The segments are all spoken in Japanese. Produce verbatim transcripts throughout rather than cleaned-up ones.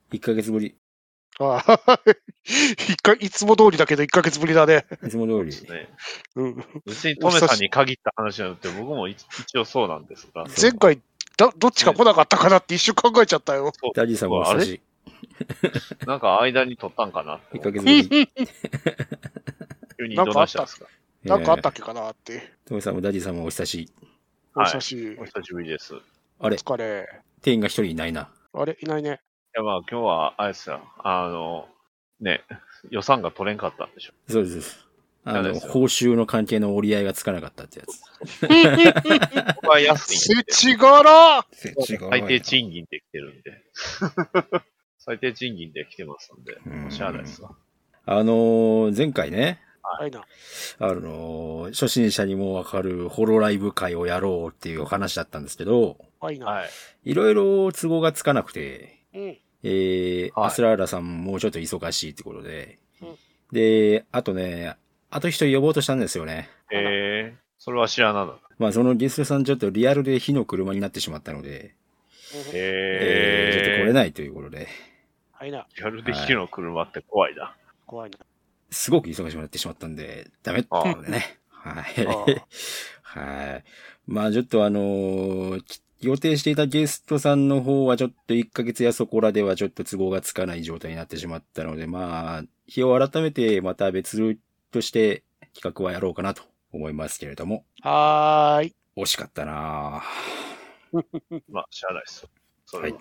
いっかげつぶり。 ああ、いっかいつも通りだけどいっかげつぶりだね。 いつも通り。 ですね。 うん。 別にトメさんに限った話なのって僕も一応そうなんですが。 前回だ、どっちか来なかったかなって一瞬考えちゃったよ。 ダディさんもお久しなんか間に取ったんかなって。 いっかげつぶり。 急にどうしたんですか？ なんかあったっけかなって。 トメさんもダディさんもお久しい。 お久しい。 お久しぶりです。 あれお疲れ。 店員が一人いないな。 あれいないね。 いやまあ今日は、あれですよ。あの、ね、予算が取れんかったんでしょ。 そうです。あの、報酬の関係の折り合いがつかなかったってやつ。 僕は安いんで。 せちがら最低賃金で来てるんで。最低賃金で来てますんで、おしゃあないですわ。 あのー、前回ね、 はい、あのー、初心者にもわかるホロライブ会をやろうっていう話だったんですけど、 はいな。 いろいろ都合がつかなくて、 うん、 えー、はい、アスラーラさんもうちょっと忙しいってことで、うん、で、あとね、あと一人呼ぼうとしたんですよね。 えー、それは知らなかった。 まあそのゲストさんちょっとリアルで火の車になってしまったので、 えー、 えー、ちょっと来れないということで。 はいな。 リアルで火の車って怖いな。 怖いな。 すごく忙しくなってしまったんで、ダメってことでね。はい。はい。まあちょっとあのー、予定していたゲストさんの方はちょっといっかげつやそこらではちょっと都合がつかない状態になってしまったので、まあ、日を改めてまた別として企画はやろうかなと思いますけれども。 はーい。 惜しかったなぁ。まあ、しゃあないっす。それは。 はい。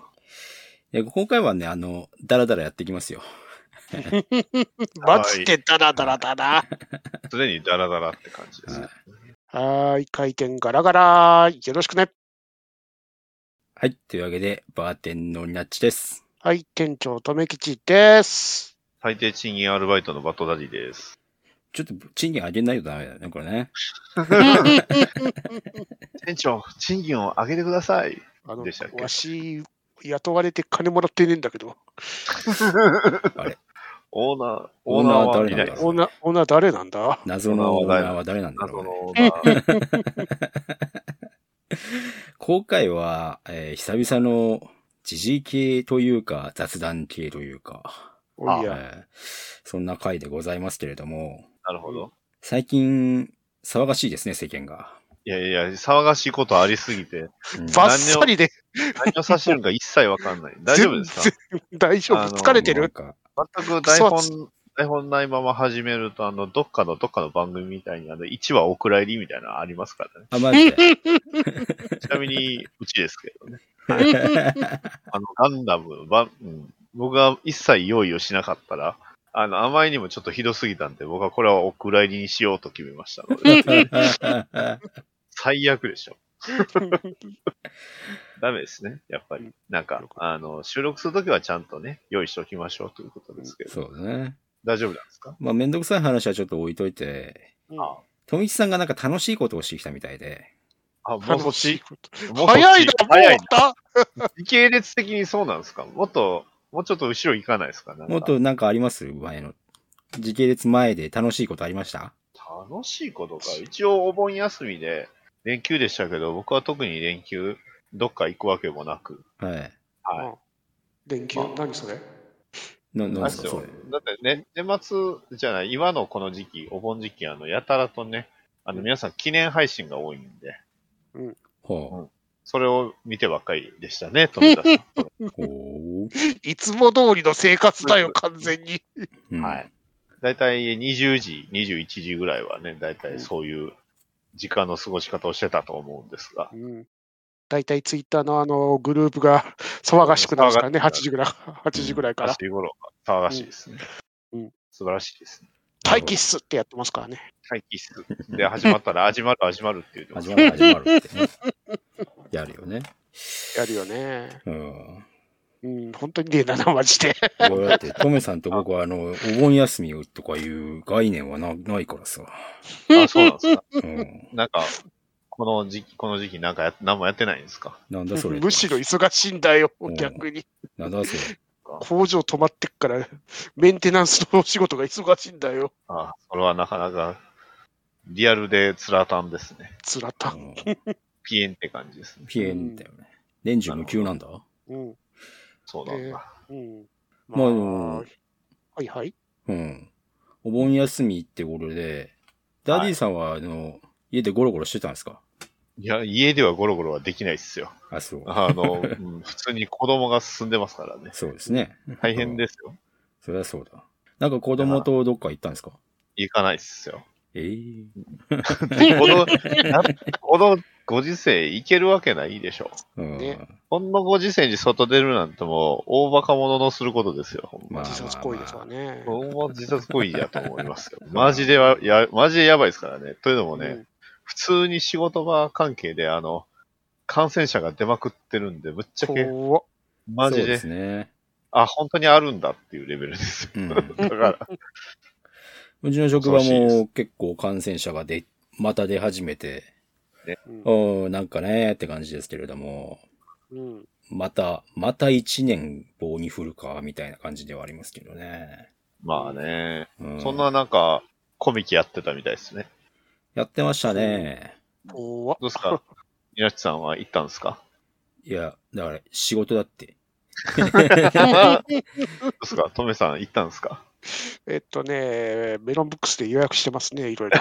今回はね、あの、ダラダラやっていきますよ。 マジでダラダラだな。 すでにダラダラって感じです。 はーい。回転ガラガラ。よろしくね。 はい。というわけで、バーテンのニナッチです。 はい。店長、とめきちです。 最低賃金アルバイトのバトダディです。 ちょっと賃金上げないとダメだよね、これね。 店長、賃金を上げてください。 あの、 でしたっけ？ わし、雇われて金もらってねえんだけど。 あれオーナー、オーナーは誰なんだろう。 オーナー、オーナー誰なんだ？ 謎のオーナーは誰なんだろう、ね。 謎のオーナー。 今回は、えー、久々の時事系というか雑談系というか、 おいや、 えー、そんな回でございますけれども。 なるほど。 最近騒がしいですね、世間が。 いやいや、騒がしいことありすぎて。 うん、バッサリで。 何を指してるか一切わかんない。大丈夫ですか？ 大丈夫。疲れてる？ 全く台本、台本ないまま始めると、あの、どっかのどっかの番組みたいに、あの、いちわお蔵入りみたいなのありますからね。 あ、マジで。 ちなみに、うちですけどね。はい、あの、ガンダム、ば、うん、僕が一切用意をしなかったら、あの、あまりにもちょっとひどすぎたんで、僕はこれはお蔵入りにしようと決めましたので。最悪でしょ。ダメですね、やっぱり。なんか、あの、収録するときはちゃんとね、用意しておきましょうということですけど。 そうだね。 大丈夫なんですか？ まあ、めんどくさい話はちょっと置いといて、富木さんがなんか楽しいことをしてきたみたいで。 あ、もうそっち。 早いな、早いな。 時系列的にそうなんですか？もっと、もうちょっと後ろ行かないですか？ もっとなんかあります？前の。時系列前で楽しいことありました？ 楽しいことか。一応お盆休みで連休でしたけど、僕は特に連休どっか行くわけもなく。 はい。 はい。 連休、何それ？ な、なんですかそれ。 だってね、年末じゃない、今のこの時期、お盆時期、あの、やたらとね、あの、皆さん記念配信が多いんで。 うん。 ほう。 うん、それを見てばっかりでしたね、富田さん。 いつも通りの生活だよ、完全に。 はい。だいたいにじゅうじ、にじゅういちじぐらいはね、だいたいそういう時間の過ごし方をしてたと思うんですが。 うん、だいたいツイッターのあのグループが騒がしくなるからね、はちじぐらい、はちじぐらいから。 はちじ頃騒がしいですね。うん。素晴らしいですね。 待機室ってやってますからね。 待機室。で、始まったら、始まる、始まるっていう。 始まる、始まるってね。やるよね。 やるよね。 うん。 うん、本当にねえな、マジで。 だって、トメさんと僕は、あの、お盆休みとかいう概念はなないからさ。 あ、そうなんですか。 うん。 なんか、この時期、この時期なんかや、何もやってないんですか？ なんだそれ。 むしろ忙しいんだよ、逆に。 なんだそれ。 工場止まってっから、メンテナンスのお仕事が忙しいんだよ。 ああ、それはなかなか、リアルでつらたんですね。 つらたん。 ピエンって感じですね。 ピエンだよね。年中無休なんだ。 うん。 そうなんだ。 うん。 まあ、 まあうんはいはい。 うん。お盆休みってことで、ダディさんは、あの、家でゴロゴロしてたんですか？ いや、家ではゴロゴロはできないっすよ。 あ、そう。 あの、うん、普通に子供が進んでますからね。 そうですね。 大変ですよ。 そりゃそうだ。なんか子供とどっか行ったんですか？ 行かないっすよ。 ええこの、なこのご時世行けるわけないでしょ。 うん。 ねこんなご時世に外出るなんてもう、大バカ者のすることですよ、ほんま。 まあ自殺行為ですわね。 ほんま自殺行為やと思いますよ。マジでは、や、マジでやばいですからね。というのもね、 うん普通に仕事場関係で、あの、感染者が出まくってるんで、ぶっちゃけ、 怖っ。 マジで、 そうですね。 あ、本当にあるんだっていうレベルですよ。 うん。 だから、 うちの職場恐ろしいですも結構感染者がで、また出始めて、 うんうん、なんかねって感じですけれども、 うんまた、また一年棒に振るか、みたいな感じではありますけどね。 まあね、 うん、 そんななんか、コミケやってたみたいですね。 やってましたね。 怖っ。 どうですか稲地さんは行ったんですかいや、だから仕事だって。 どうですかトメさん行ったんですかえっとね、メロンブックスで予約してますね、いろいろ。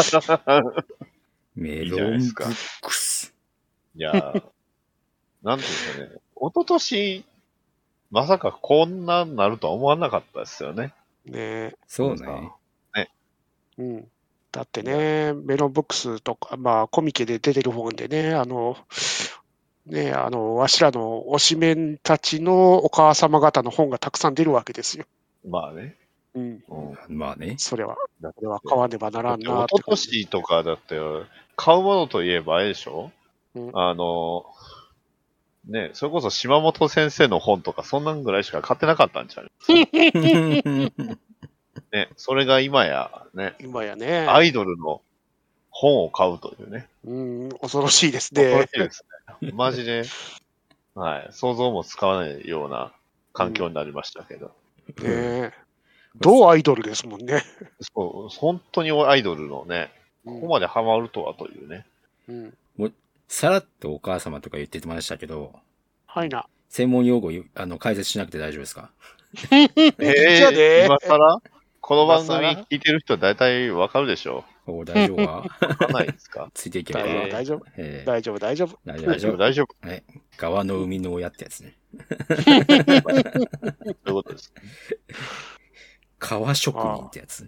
メいいじゃロンブないですかックス。 いやー、なんていうんですかね。一昨年、まさかこんなになるとは思わなかったですよね。 ねそうね。 うん。だってね、メロンブックスとか、まあ、コミケで出てる本でね、あの、ね、あの、わしらの推しメンたちのお母様方の本がたくさん出るわけですよ。 まあね。 うん。 うん。 まあね。 それは、 だってそれは買わねばならんな一昨って感じ。 年とかだって、買うものといえばあれでしょ、 うんあの、ね、それこそ島本先生の本とかそんなんぐらいしか買ってなかったんじゃないね、それが今やね、 今やね、 アイドルの本を買うというね。 うん、恐ろしいです恐ろねし。いですね。マジで、はい、想像もつかないような環境になりましたけど。 ねどうアイドルですもんね。 そう、本当にアイドルのね、ここまでハマるとはというね。 うん。 さらっとお母様とか言ってましたけど、 はいな。 専門用語あの解説しなくて大丈夫ですか？ えじゃあね今更この番組今更聞いてる人大体わかるでしょお大丈夫か？ わかんないですかついていけばえー大丈夫、 えー大丈夫、大丈夫。 大大丈夫、大丈夫。 はい。川の海の親ってやつね。 そういうことです。 川職人ってやつ。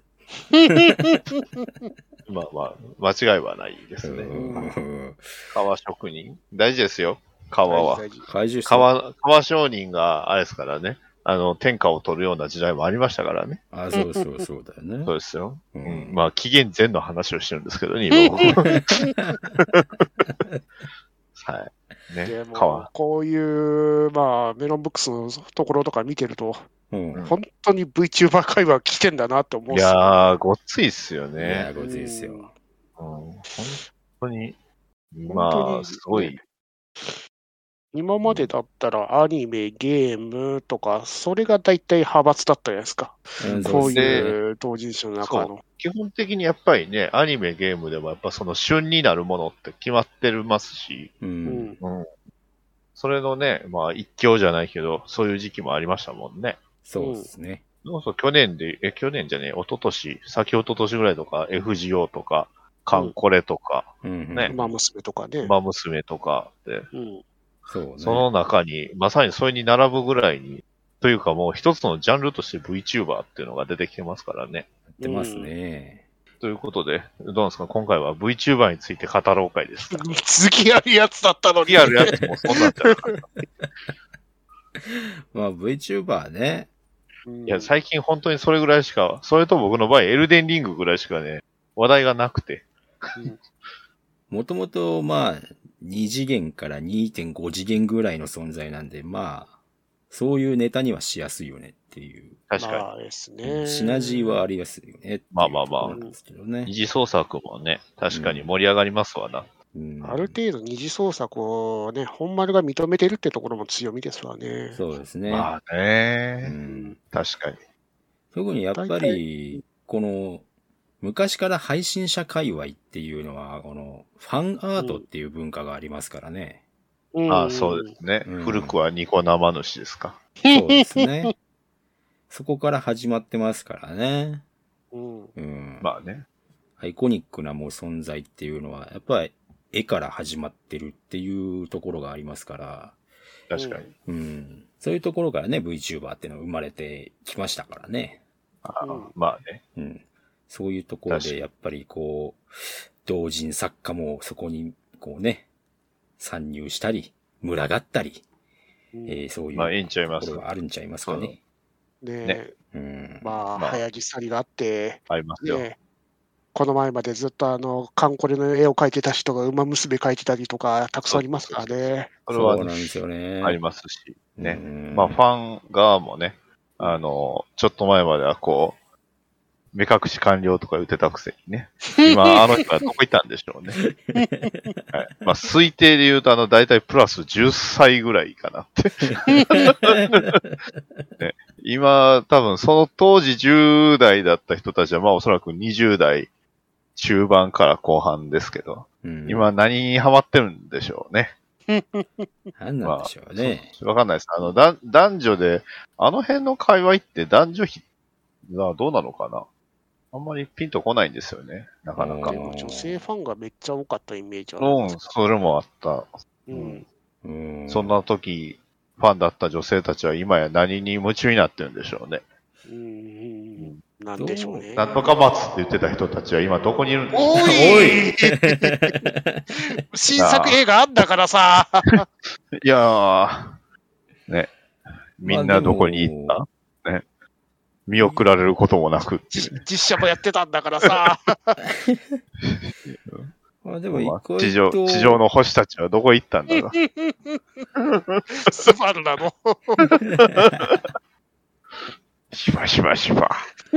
まあまあ、間違いはないですね。 うん革職人大事ですよ、革は。 大事怪獣革、革商人があれですからね。あの、天下を取るような時代もありましたからね。 あ、そうそうそうだよね。 そうですよ。 ううんん。まあ、紀元前の話をしてるんですけどね、今も。はい。ねで、も革。 こういう、まあ、メロンブックスのところとか見てると、 うん。 本当に VTuber 界は危険だなって思うんいですよ。 やー、ごっついっすよいや、 ね。 ごついですよ。 うん。本当に、 本当まあ、 にすごいね。今までだったらアニメ、ゲームとか、それが大体派閥だったじゃないですか。 うんこうでいう同人誌の中の。 基本的にやっぱりね、アニメ、ゲームでもやっぱその旬になるものって決まってますし、 う。 うんん。 うん。それのね、まあ一強じゃないけど、そういう時期もありましたもんね。 そうですね。 そうそう、去年で、え、去年じゃねえ、一昨年、先一昨年ぐらいとか、エフジーオー とか、カンコレとか、 うん。 ね馬娘とかね。 馬娘とかで、 うん。 そうね。 その中に、まさにそれに並ぶぐらいに、というかもう一つのジャンルとして VTuber っていうのが出てきてますからね。 やってますね。 ということで、どうなんですか今回は VTuber について語ろう会です。 次あるやつだったのに。 次あるやつもそうなっちゃう。 まあ VTuber ね。 うんいや、最近本当にそれぐらいしか、それと僕の場合、エルデンリングぐらいしかね、話題がなくて。 もともとまあに次元から にてんご 次元ぐらいの存在なんで、まあ、そういうネタにはしやすいよねっていう。 確かに。 まあですね。 シナジーはありやすいよねっていうまあまあまあところなんですけどね。 二次創作もね、確かに盛り上がりますわな。 うんある程度二次創作をね、本丸が認めてるってところも強みですわね。 そうですね。 まあうね、 ん、 確かに。 特にやっぱり、この、昔から配信者界隈っていうのは、この、ファンアートっていう文化がありますからね。 うんああ、そうですね。 うん古くはニコ生主ですか。 そうですね。 そこから始まってますからね。 うん。 うん。 まあね。 アイコニックなもう存在っていうのは、やっぱり絵から始まってるっていうところがありますから。 確かに。 うん。そういうところからね、VTuber っていうのが生まれてきましたからね。 あうん、まあね。 うん。そういうところで、やっぱりこう、同人作家もそこに、こうね、参入したり、群がったり、うん、えー、そういうまあ、いいんちゃいます。 ところがあるんちゃいますかね。 ねね。うん、 まあ、まあ、流行り廃りがあって、 ありますよ。 ね、この前までずっとあの、カンコレの絵を描いてた人が馬娘描いてたりとか、たくさんありますからね。 それは、 そうなんですよね。 ありますし、ね。まあ、ファン側もね、あの、ちょっと前まではこう、目隠し完了とか言ってたくせにね。今、あの人はどこ行ったんでしょうね。はい、まあ、推定で言うと、あの、だいたいプラスじゅっさいぐらいかなって。ね、今、多分、その当時じゅう代だった人たちは、まあ、おそらくにじゅう代中盤から後半ですけど、うん、今何にハマってるんでしょうね。 何なんでしょうね。 わ、まあ、かんないです。あの、だ、男女で、あの辺の界隈って男女比はどうなのかな？あんまりピンとこないんですよね、なかなか。 女性ファンがめっちゃ多かったイメージあるんですか。うん、それもあった。うん。うん、そんな時、ファンだった女性たちは今や何に夢中になってるんでしょうね。 うん。なんでしょうね。 なんとか松って言ってた人たちは今どこにいるんでしょう。 おい新作映画あんだからさ。 いやー、ね。みんなどこに行った、ね。見送られることもなく、ね、 実写もやってたんだからさ。 まあでも一個地上、地上の星たちはどこ行ったんだろう。 スバルなの。 しばしばしば。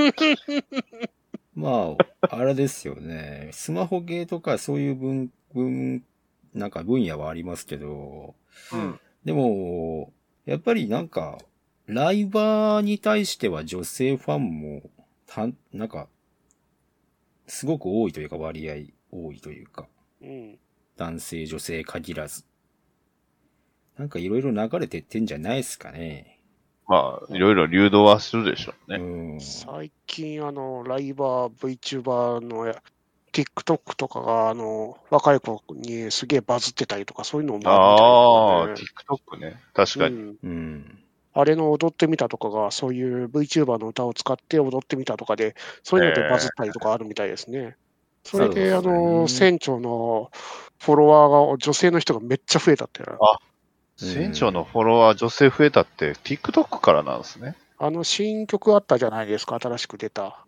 まあ、あれですよね。スマホゲーとかそういう分、分、なんか分野はありますけど、 うん、 でも、やっぱりなんか、ライバーに対しては女性ファンも、た、なんか、すごく多いというか割合多いというか、 うん、 男性女性限らず。なんかいろいろ流れてってんじゃないですかね。 まあ、いろいろ流動はするでしょうね。 うん、最近、あの、ライバー、VTuber の TikTok とかが、あの、若い子にすげえバズってたりとか、そういうのもあるみたいですね。ああ、TikTok ね。確かに。 うんうんあれの踊ってみたとかが、そういう VTuber の歌を使って踊ってみたとかで、そういうのでバズったりとかあるみたいですね。えー、それで、あの、船長のフォロワーが、女性の人がめっちゃ増えたって。 あ、船長のフォロワー女性増えたって、TikTok からなんですね。 あの、新曲あったじゃないですか、新しく出た。 うん。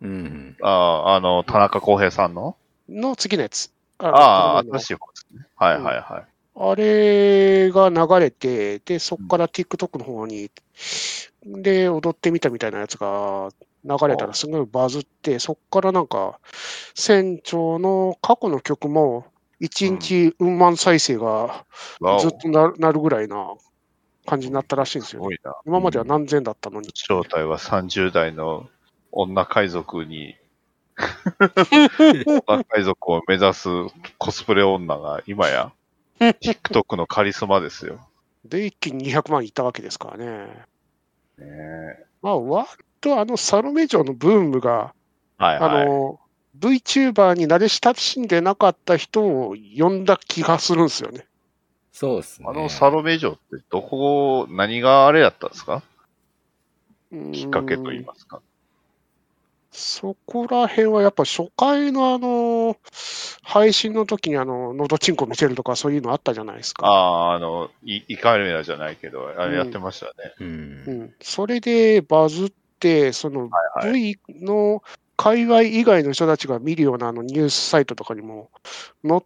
ああ、あの、田中康平さんのの次のやつ。 ああ、新しい方ですね。はいはいはい。 うんあれが流れて、で、そこから TikTok の方に、で、踊ってみたみたいなやつが流れたらすごいバズって、そこからなんか、船長の過去の曲も、いちにちうん万再生がずっとななるぐらいな感じになったらしいんですよね。今までは何千だったのに。 正体はさんじゅう代の女海賊に、女海賊を目指すコスプレ女が今や、TikTok のカリスマですよ。 で、一気ににひゃくまんいったわけですからね。 ねえ。 まあ、割とあの、サロメ城のブームが、 はいはい、 あの、VTuber に慣れ親しんでなかった人を呼んだ気がするんですよね。 そうですね。 あのサロメ城ってどこ、何があれやったんですか？きっかけと言いますか。 そこら辺はやっぱ初回のあの、配信の時にあの、のどちんこ見せるとかそういうのあったじゃないですか。 ああ、あの、イイカメラじゃないけど、あれやってましたね。 うん。 うん。それでバズって、その V の界隈以外の人たちが見るようなあのニュースサイトとかにも載って、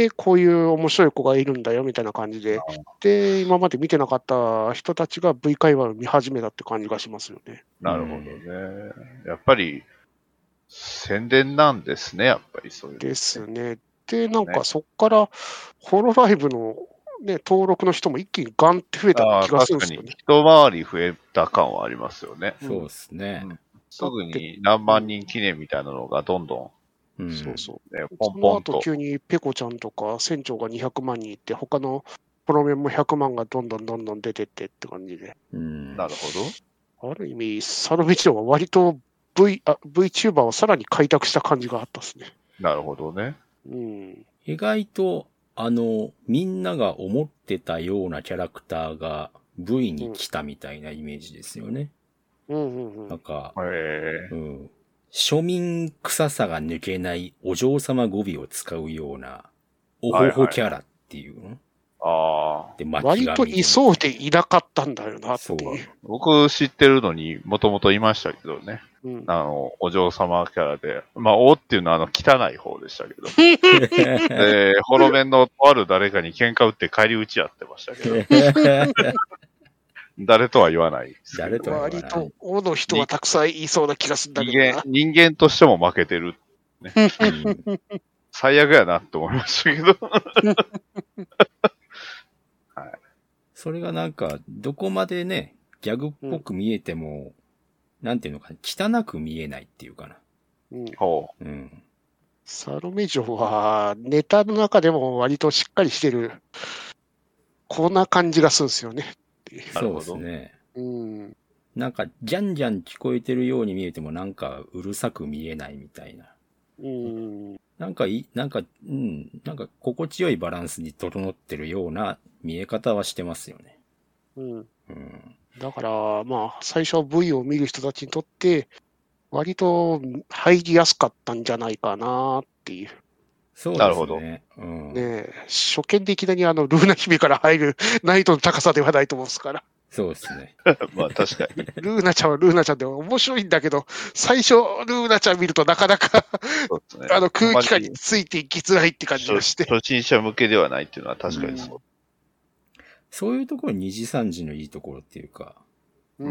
こういう面白い子がいるんだよみたいな感じで、で、今まで見てなかった人たちが V 界隈を見始めたって感じがしますよね。 なるほどね。やっぱり、宣伝なんですね、やっぱりそういう。 ですね。で、なんかそっから、ホロライブの、ね、登録の人も一気にガンって増えた気がするんですよね。 確かに、一回り増えた感はありますよね。 そうですね、 うん。すぐに何万人記念みたいなのがどんどん、 うん、そうそう。 ね、ポンポンと。 その後急にペコちゃんとか船長がにひゃくまん人いって、他のプロメンもひゃくまんがどんどんどんどん出てってって感じで。 うん、 なるほど。 ある意味、サロメジロは割と V、あ、VTuber をさらに開拓した感じがあったですね。 なるほどね。 うん。 意外と、あの、みんなが思ってたようなキャラクターが V に来たみたいなイメージですよね。 うんうんうん。 なんか、 へうん。庶民臭さが抜けないお嬢様語尾を使うような、おほほキャラっていうの、 ああ。 で、巻割といそうでいなかったんだよなってそう。 いう。 僕知ってるのにもともといましたけどね。 うん。 あの、お嬢様キャラで。まあ、おっていうのはあの、汚い方でしたけど。で、ホロメンのとある誰かに喧嘩売って帰り討ちやってましたけど。誰とは言わないですけど。 誰とは言わない。 割と、おの人はたくさんいそうな気がするんだけ人間どな。、 人間としても負けてる、ねうん最悪やなって思いましたけど。はい、 それがなんか、どこまでね、ギャグっぽく見えても、うん、なんていうのかな、汚く見えないっていうかな。 うん。 ほう。ん。 サロメ嬢は、ネタの中でも割としっかりしてる、こんな感じがするんですよね。 そうですね。 うん。 なんか、じゃんじゃん聞こえてるように見えても、なんか、うるさく見えないみたいな。 うん。 なんかいい、なんか、うん、なんか心地よいバランスに整ってるような見え方はしてますよね。 うん。 うん、 だから、まあ、最初 V を見る人たちにとって、割と入りやすかったんじゃないかなっていう。 そうですね。なるほど。うん、 ねえ、初見でいきなりあの、ルーナ姫から入る難易度の高さではないと思うんですから。 そうですね。 まあ確かに。 ルーナちゃんはルーナちゃんで面白いんだけど、最初ルーナちゃん見るとなかなかね、あの空気感についていきづらいって感じがして。 初心者向けではないっていうのは確かにそう。うん、 そういうところに次さん次のいいところっていうか、 うん、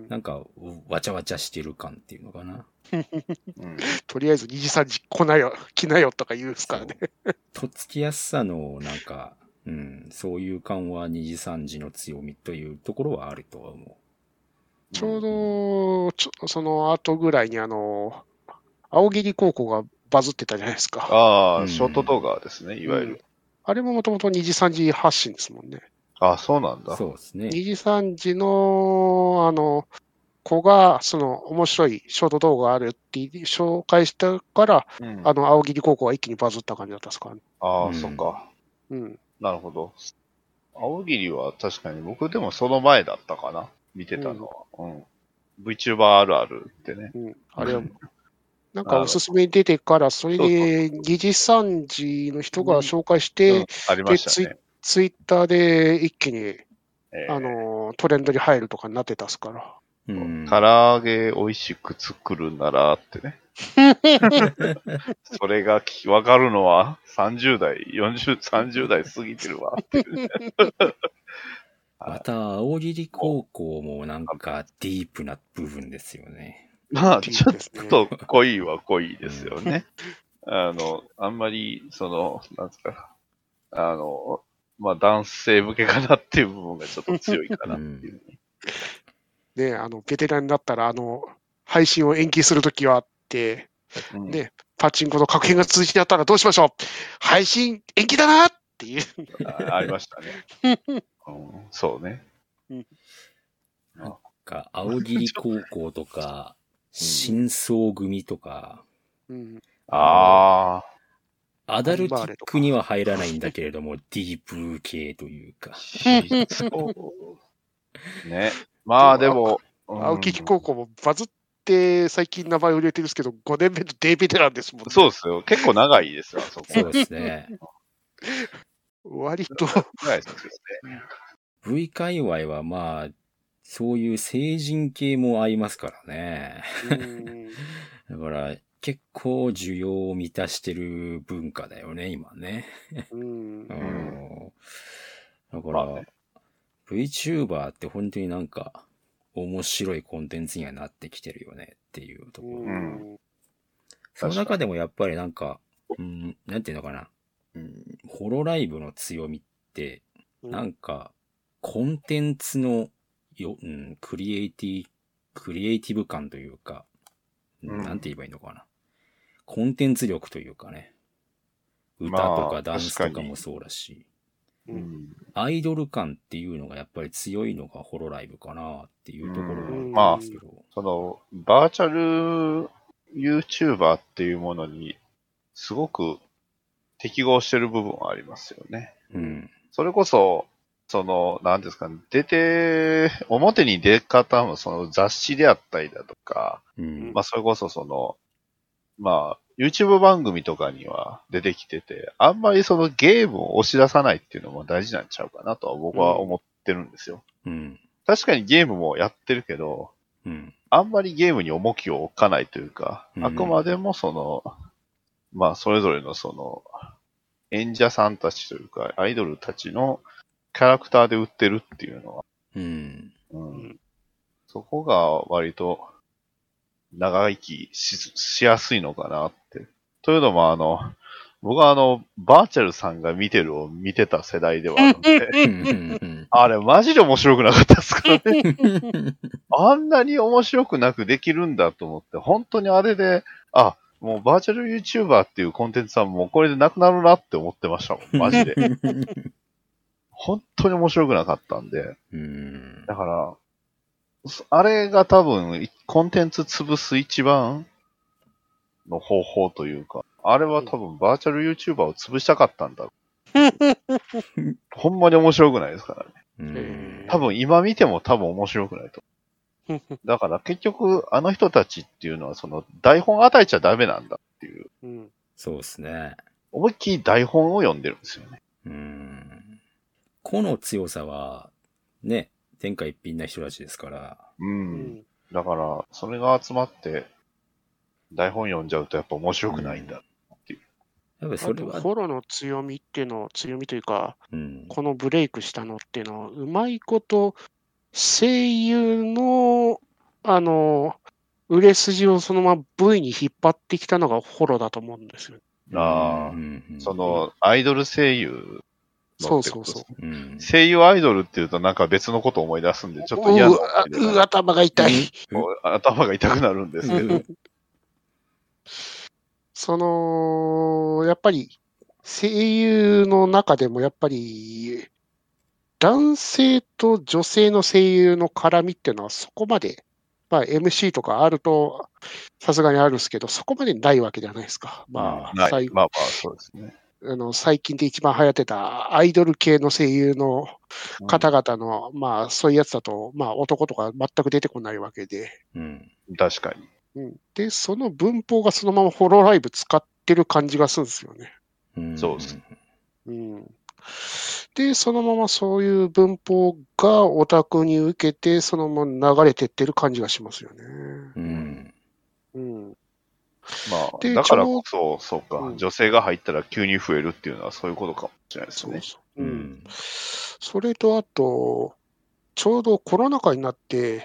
なんかわちゃわちゃしてる感っていうのかな。 うん、とりあえずに次さん次来なよ、来なよとか言うんですからね。 とっつきやすさのなんか、うん、そういう感はに次さん次の強みというところはあるとは思う。 ちょうど、ちょその後ぐらいにあの、青桐高校がバズってたじゃないですか。 ああ、うん、ショート動画ですね、いわゆる。うん、 あれももともとに次さん次発信ですもんね。 ああ、そうなんだ。 そうですね。 に次さん次の、あの、子が、その、面白いショート動画あるって紹介したから、うん、あの、青桐高校は一気にバズった感じだったんですかね。 ああ、うん、そっか。うん。なるほど。青桐は確かに僕でもその前だったかな。見てたのは。うん。うん、VTuber あるあるってね。 うん。あれは、なんかおすすめに出てから、それでに次さん次の人が紹介して、うん、 ありましたね。 ツイッターで一気に、えー、あの、トレンドに入るとかになってたっすから。 うん、唐揚げ美味しく作るならってね。それがわかるのはさんじゅう代、よんじゅう、さんじゅう代過ぎてるわっていうね。 また、青桐高校もなんかディープな部分ですよね。 まあ、ちょっと濃いは濃いですよね。うん、あの、あんまり、その、なんですか、あの、まあ男性向けかなっていう部分がちょっと強いかなっていう、ね。 うん、ね、あの、ベテランになったら、あの、配信を延期するときはあって、うん、ね、パチンコの確変が続いてあったらどうしましょう、配信延期だなっていう。 あ, ありましたね、うん。そうね。 なんか、青桐高校とか、新装組とか、 うん、 ああ。 アダルティックには入らないんだけれども、ディープ系というか。 ね。まあでも、 青桐高校もバズって最近名前売れてるんですけど、ごねんめのデイベテランですもんね。 そうですよ。結構長いですよ、そこ。 そうですね。 割と。 長いですね。 V 界隈はまあ、そういう成人系も合いますからね。だから、結構需要を満たしてる文化だよね、今ね。うん、だから、まあね、VTuber って本当になんか面白いコンテンツにはなってきてるよねっていうところ。うん、その中でもやっぱりなんか、うん、なんていうのかな、うん、ホロライブの強みって、なんか、コンテンツのよ、うん、クリエイティ、クリエイティブ感というか、うん、なんて言えばいいのかな。コンテンツ力というかね。歌とかダンスとかもそうだし。 うん、 アイドル感っていうのがやっぱり強いのがホロライブかなっていうところがあるんですけど。 その、バーチャル YouTuber っていうものにすごく適合してる部分はありますよね。 うん。 それこそ、その、なんですかね、出て、表に出方もその雑誌であったりだとか、 うん、 まあそれこそその、まあ、YouTube 番組とかには出てきてて、あんまりそのゲームを押し出さないっていうのも大事なんちゃうかなとは僕は思ってるんですよ。 うん、 確かにゲームもやってるけど、 うん、 あんまりゲームに重きを置かないというか、 うん、 あくまでもその、まあそれぞれのその、演者さんたちというか、アイドルたちのキャラクターで売ってるっていうのは、 うんうん、 うん、 そこが割と長生き し, しやすいのかなって。というのもあの、僕はあの、バーチャルさんが見てるを見てた世代ではあるので、あれマジで面白くなかったですからね。あんなに面白くなくできるんだと思って、本当にあれで、あ、もうバーチャル YouTuber っていうコンテンツはもうこれでなくなるなって思ってましたもん、マジで。本当に面白くなかったんで。 うん、 だから、あれが多分、コンテンツ潰す一番の方法というか、あれは多分バーチャル YouTuber を潰したかったんだ。ほんまに面白くないですからね。 うん、 多分今見ても多分面白くないと。だから結局あの人たちっていうのはその台本与えちゃダメなんだっていう。 うん、 そうですね。 思いっきり台本を読んでるんですよね。 うん。個の強さは、ね、天下一品な人たちですから。 うん。だから、それが集まって、台本読んじゃうとやっぱ面白くないんだっていう。 やっぱりそれは。 あと、フォロの強みっていうの、強みというか、 うん、 このブレイクしたのっていうのは、うまいこと、声優の、あの、売れ筋をそのまま ブイ に引っ張ってきたのがフォロだと思うんですよ。 ああ、 うんうん、 その、アイドル声優そうそうそう。 うん、 声優アイドルっていうとなんか別のことを思い出すんで、ちょっと嫌な思い出うう頭が痛い。 頭が痛くなるんですけど。 その、やっぱり、声優の中でもやっぱり、男性と女性の声優の絡みっていうのはそこまで、まあ エムシー とかあると、さすがにあるんですけど、そこまでないわけじゃないですか。まあ、 ない。まあまあ、そうですね。 あの最近で一番流行ってたアイドル系の声優の方々の、うん、まあそういうやつだと、まあ男とか全く出てこないわけで。 うん、 確かに。 うん、で、その文法がそのままホロライブ使ってる感じがするんですよね。 うん、 そうです。 うん。で、そのままそういう文法がオタクに受けて、そのまま流れてってる感じがしますよね。 うん。 うん。 まあ、だからこそ、そうか、うん、女性が入ったら急に増えるっていうのはそういうことかもしれないですね。 そうそう。うん。それとあと、ちょうどコロナ禍になって、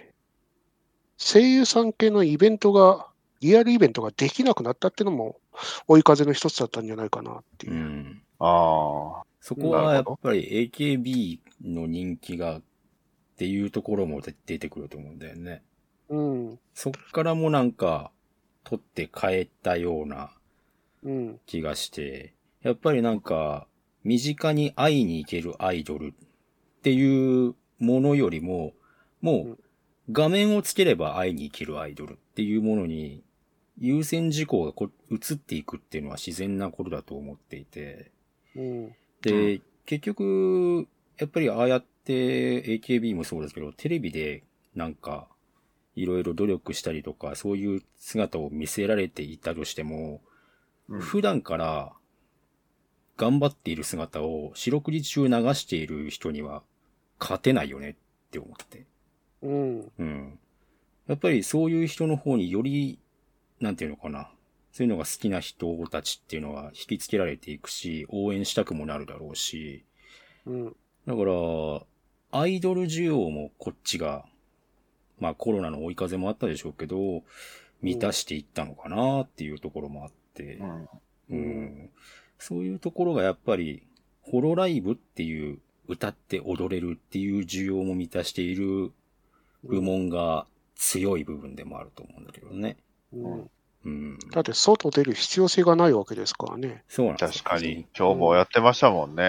声優さん系のイベントが、リアルイベントができなくなったっていうのも、追い風の一つだったんじゃないかなっていう。うん、 ああ。 そこはやっぱり エーケービー の人気がっていうところも出てくると思うんだよね。 うん。 そっからもなんか、取って変えたような気がして、うん、やっぱりなんか、身近に会いに行けるアイドルっていうものよりも、もう画面をつければ会いに行けるアイドルっていうものに優先事項がこ移っていくっていうのは自然なことだと思っていて、 うん、 で、結局、やっぱりああやって エーケービー もそうですけど、テレビでなんか、いろいろ努力したりとか、そういう姿を見せられていたとしても、うん、普段から頑張っている姿を四六時中流している人には勝てないよねって思って。 うん。 うん。やっぱりそういう人の方により、なんていうのかな。そういうのが好きな人たちっていうのは引きつけられていくし、応援したくもなるだろうし。 うん。 だから、アイドル需要もこっちが、まあコロナの追い風もあったでしょうけど、満たしていったのかなっていうところもあって、 うんうん、そういうところがやっぱり、ホロライブっていう歌って踊れるっていう需要も満たしている部門が強い部分でもあると思うんだけどね。 うんうん、 だって外出る必要性がないわけですからね。 そうなんです。 確かに。今日もやってましたもんね。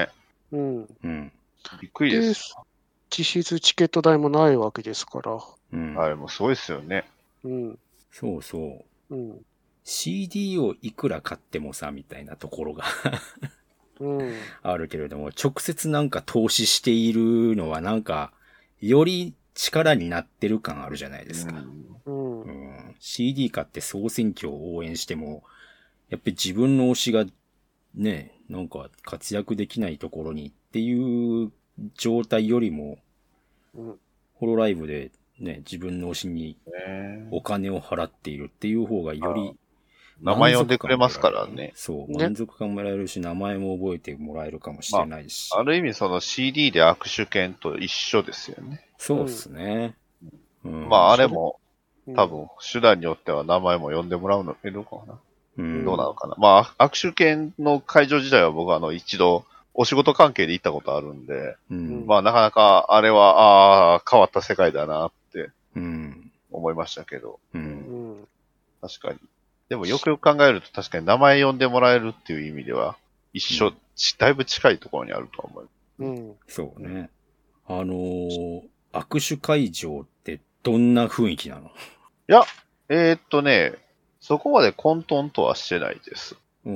うん。 うん。 びっくりです。 実質チケット代もないわけですから。 うん。あれもすごいですよね。 うん。 そうそう。 うん。 シーディー をいくら買ってもさ、みたいなところがうん、あるけれども、直接なんか投資しているのはなんか、より力になってる感あるじゃないですか。うん。うん、シーディー 買って総選挙を応援しても、やっぱり自分の推しがね、なんか活躍できないところにっていう状態よりも、うん、ホロライブでね、自分の推しにお金を払っているっていう方がより名前呼んでくれますからね。 そう、満足感もらえるし、名前も覚えてもらえるかもしれないし。 まあ、ある意味その シーディー で握手券と一緒ですよね。 そうですね。 うん、まああれも、多分手段によっては名前も呼んでもらうのいるかな。うん、どうなのかな。まあ握手券の会場自体は僕はあの一度お仕事関係で行ったことあるんで、うん、まあなかなかあれは、ああ、変わった世界だなって思いましたけど。うんうん、確かに。でもよくよく考えると確かに名前呼んでもらえるっていう意味では一緒、うん、だいぶ近いところにあると思う。 うん。そうね。あのー、握手会場ってどんな雰囲気なの？いや、えー、っとね、そこまで混沌とはしてないです。うん。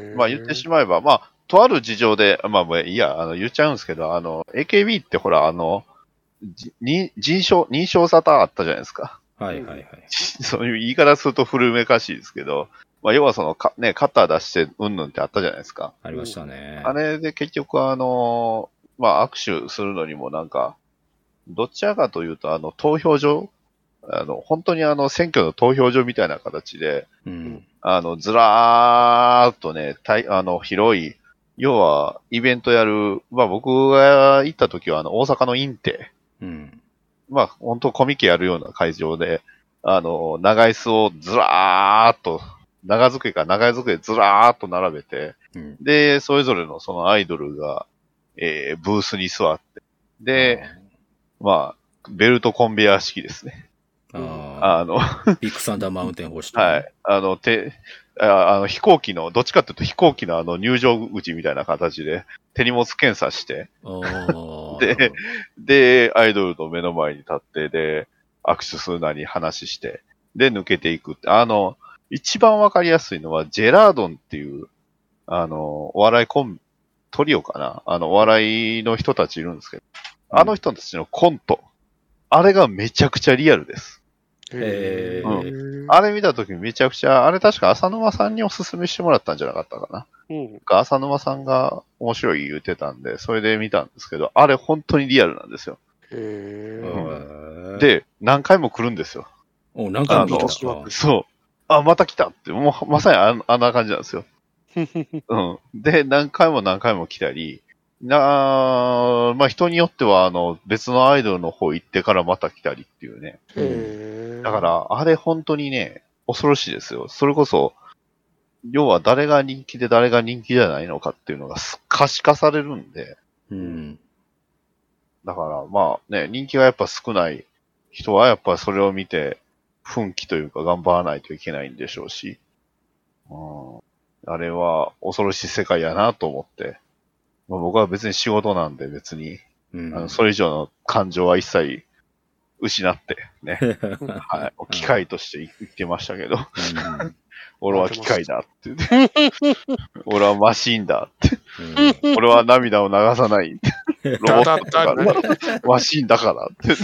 まあ言ってしまえば、まあ、とある事情で、まあもういいや、あの言っちゃうんですけど、あの、エーケービー ってほら、あの、に人称、認証沙汰あったじゃないですか。 はいはいはい。 そういう言い方すると古めかしいですけど、まあ、要はそのか、ね、カッター出してうんぬんってあったじゃないですか。 ありましたね。 あれで結局あの、まあ、握手するのにもなんか、どちらかというとあの、投票所あの、本当にあの、選挙の投票所みたいな形で、うん、あの、ずらーっとね、たいあの、広い、要は、イベントやる、まあ僕が行った時はあの、大阪のインテ、うん、まあ、本当コミケやるような会場で、あの、長椅子をずらーっと、長机か長机ずらーっと並べて、うん、で、それぞれのそのアイドルが、えー、ブースに座って、で、まあ、ベルトコンベヤー式ですね。 ああの、ビッグサンダーマウンテン方式、 ね。はい。あの、て、あの、飛行機の、どっちかというと飛行機のあの入場口みたいな形で手荷物検査して、で、で、アイドルの目の前に立って、で、握手するなり話して、で、抜けていくって。あの、一番わかりやすいのは、ジェラードンっていう、あの、お笑いコン、トリオかなあの、お笑いの人たちいるんですけど、あの人たちのコント、あれがめちゃくちゃリアルです。へー。うん。あれ見たときめちゃくちゃ、あれ確か浅沼さんにおすすめしてもらったんじゃなかったかな。うん。浅沼さんが面白い言ってたんで、それで見たんですけど、あれ本当にリアルなんですよ。へー。うん、で、何回も来るんですよ。 お、何回も来た。 そう。あ、また来たって、もうまさにああんな感じなんですよ。うん。で、何回も何回も来たり、なまあ人によっては、あの、別のアイドルの方行ってからまた来たりっていうね。へだから、あれ本当にね、恐ろしいですよ。それこそ、要は誰が人気で誰が人気じゃないのかっていうのが可視化されるんで。うん。だから、まあね、人気がやっぱ少ない人はやっぱそれを見て、奮起というか頑張らないといけないんでしょうし。うん、あれは恐ろしい世界やなと思って。まあ、僕は別に仕事なんで別に、うん、あのそれ以上の感情は一切失ってね、はい、機械として生きてましたけど、うん、俺は機械だって言って、俺はマシーンだって、うん、俺は涙を流さないって、ロボットだから、マシーンだからって。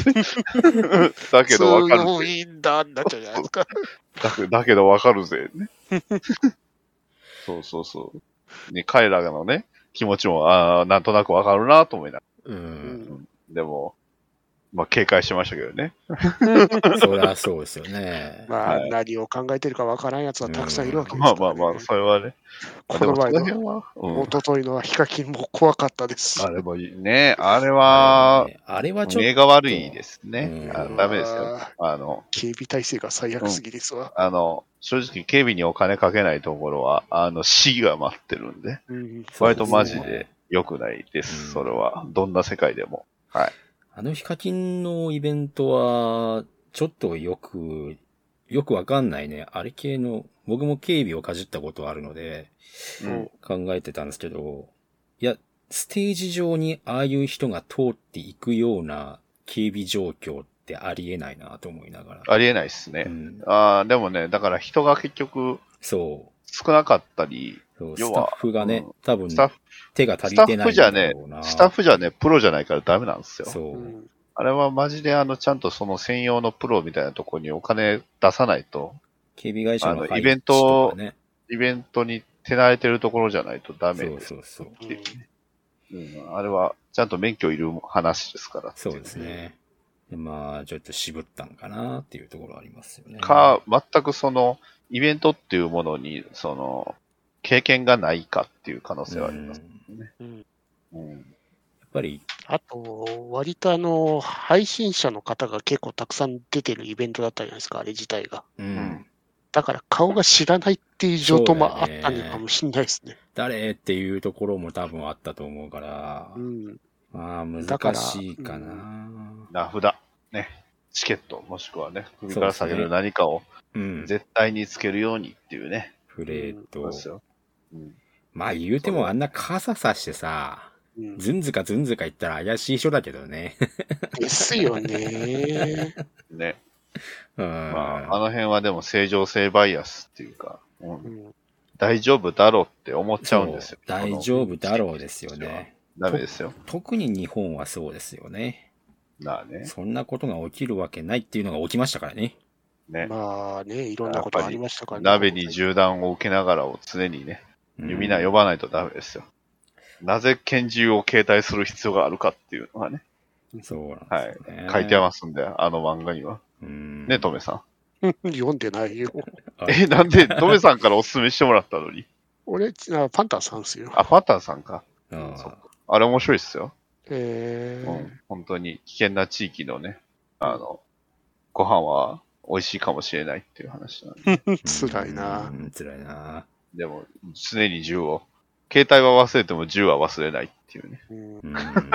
だけどわかるぜ。 強いんだになっちゃうじゃないですか。 だ, だけどわかるぜ、ね。そうそうそう。ね、彼らのね、気持ちも、あなんとなくわかるなと思いながら。うん。でも、まあ、警戒してましたけどね。 そりゃそうですよね。 まあ、はい、何を考えてるかわからんやつはたくさんいるわけですから、ね。 まあまあまあ、それはね。 この前の、おとといのヒカキンも怖かったです。 あれもね、あれは、 あれはちょっと。 目が悪いですね。あダメですよ。あの、 警備体制が最悪すぎですわ、 うん。あの、正直警備にお金かけないところは、あの、死が待ってるんで、うん、割とマジで良くないです、うん、それは。どんな世界でも。はい。 あのヒカキンのイベントは、ちょっとよく、よくわかんないね。あれ系の、僕も警備をかじったことあるので、うん、考えてたんですけど、いや、 ステージ上にああいう人が通っていくような警備状況ってありえないなと思いながら。 ありえないですね。 うん、 あでもね、だから人が結局、 そう。 少なかったり、 そう要はスタッフがね、 うん、 多分スタッフ手が足スタッりてないんフじゃねだろうな。、 スタッフじゃね、プロじゃないからダメなんですよ。 そう。 うん、 あれはマジであの、ちゃんとその専用のプロみたいなところにお金出さないと、 警備会社の配あのイベン置とトかね。 イベントに手慣れてるところじゃないとダメです。 そうそうそう。 うん、あれはちゃんと免許いる話ですから。 そうですね。でまあ、ちょっと渋ったんかなっていうところありますよね。 か、全くその、イベントっていうものに、その、経験がないかっていう可能性はありますね。 うんうん、 やっぱり、 あと、割とあの、配信者の方が結構たくさん出てるイベントだったじゃないですか、あれ自体が。 うん。 だから顔が知らないっていう状況もあったのかもしれないですね。 誰っていうところも多分あったと思うから、 うん、 まあ難しいかな。 名札、ね、チケット、もしくはね、首から下げる何かを絶対につけるようにっていうね。 フレート。 うん、 まあ言うてもあんな傘さしてさ、うん、ずんずかずんずか言ったら怪しい人だけどね。 ですよね。 ね。まあ、あの辺はでも正常性バイアスっていうか、うんうん、大丈夫だろうって思っちゃうんですよ。 大丈夫だろうですよね。 ダメですよ。 特に日本はそうですよね。 なあね。 そんなことが起きるわけないっていうのが起きましたからね。 ね。まあね、いろんなことありましたからね。鍋に銃弾を受けながらを常にね、みんな呼ばないとダメですよ。うん、なぜ拳銃を携帯する必要があるかっていうのがね。 そうなんですね。 はい。書いてますんで、あの漫画には。 うんね、トメさん。読んでないよ。 え、なんで、トメさんからお勧めしてもらったのに。 俺、あパンタンさんですよ。 あ、パンタンさんか。 あ, そうあれ面白いっすよ。 へえー。 うん。本当に危険な地域のね、あの、ご飯は美味しいかもしれないっていう話なんで。 辛いな。 辛いな。 でも、常に銃を。携帯は忘れても銃は忘れないっていうね。 うん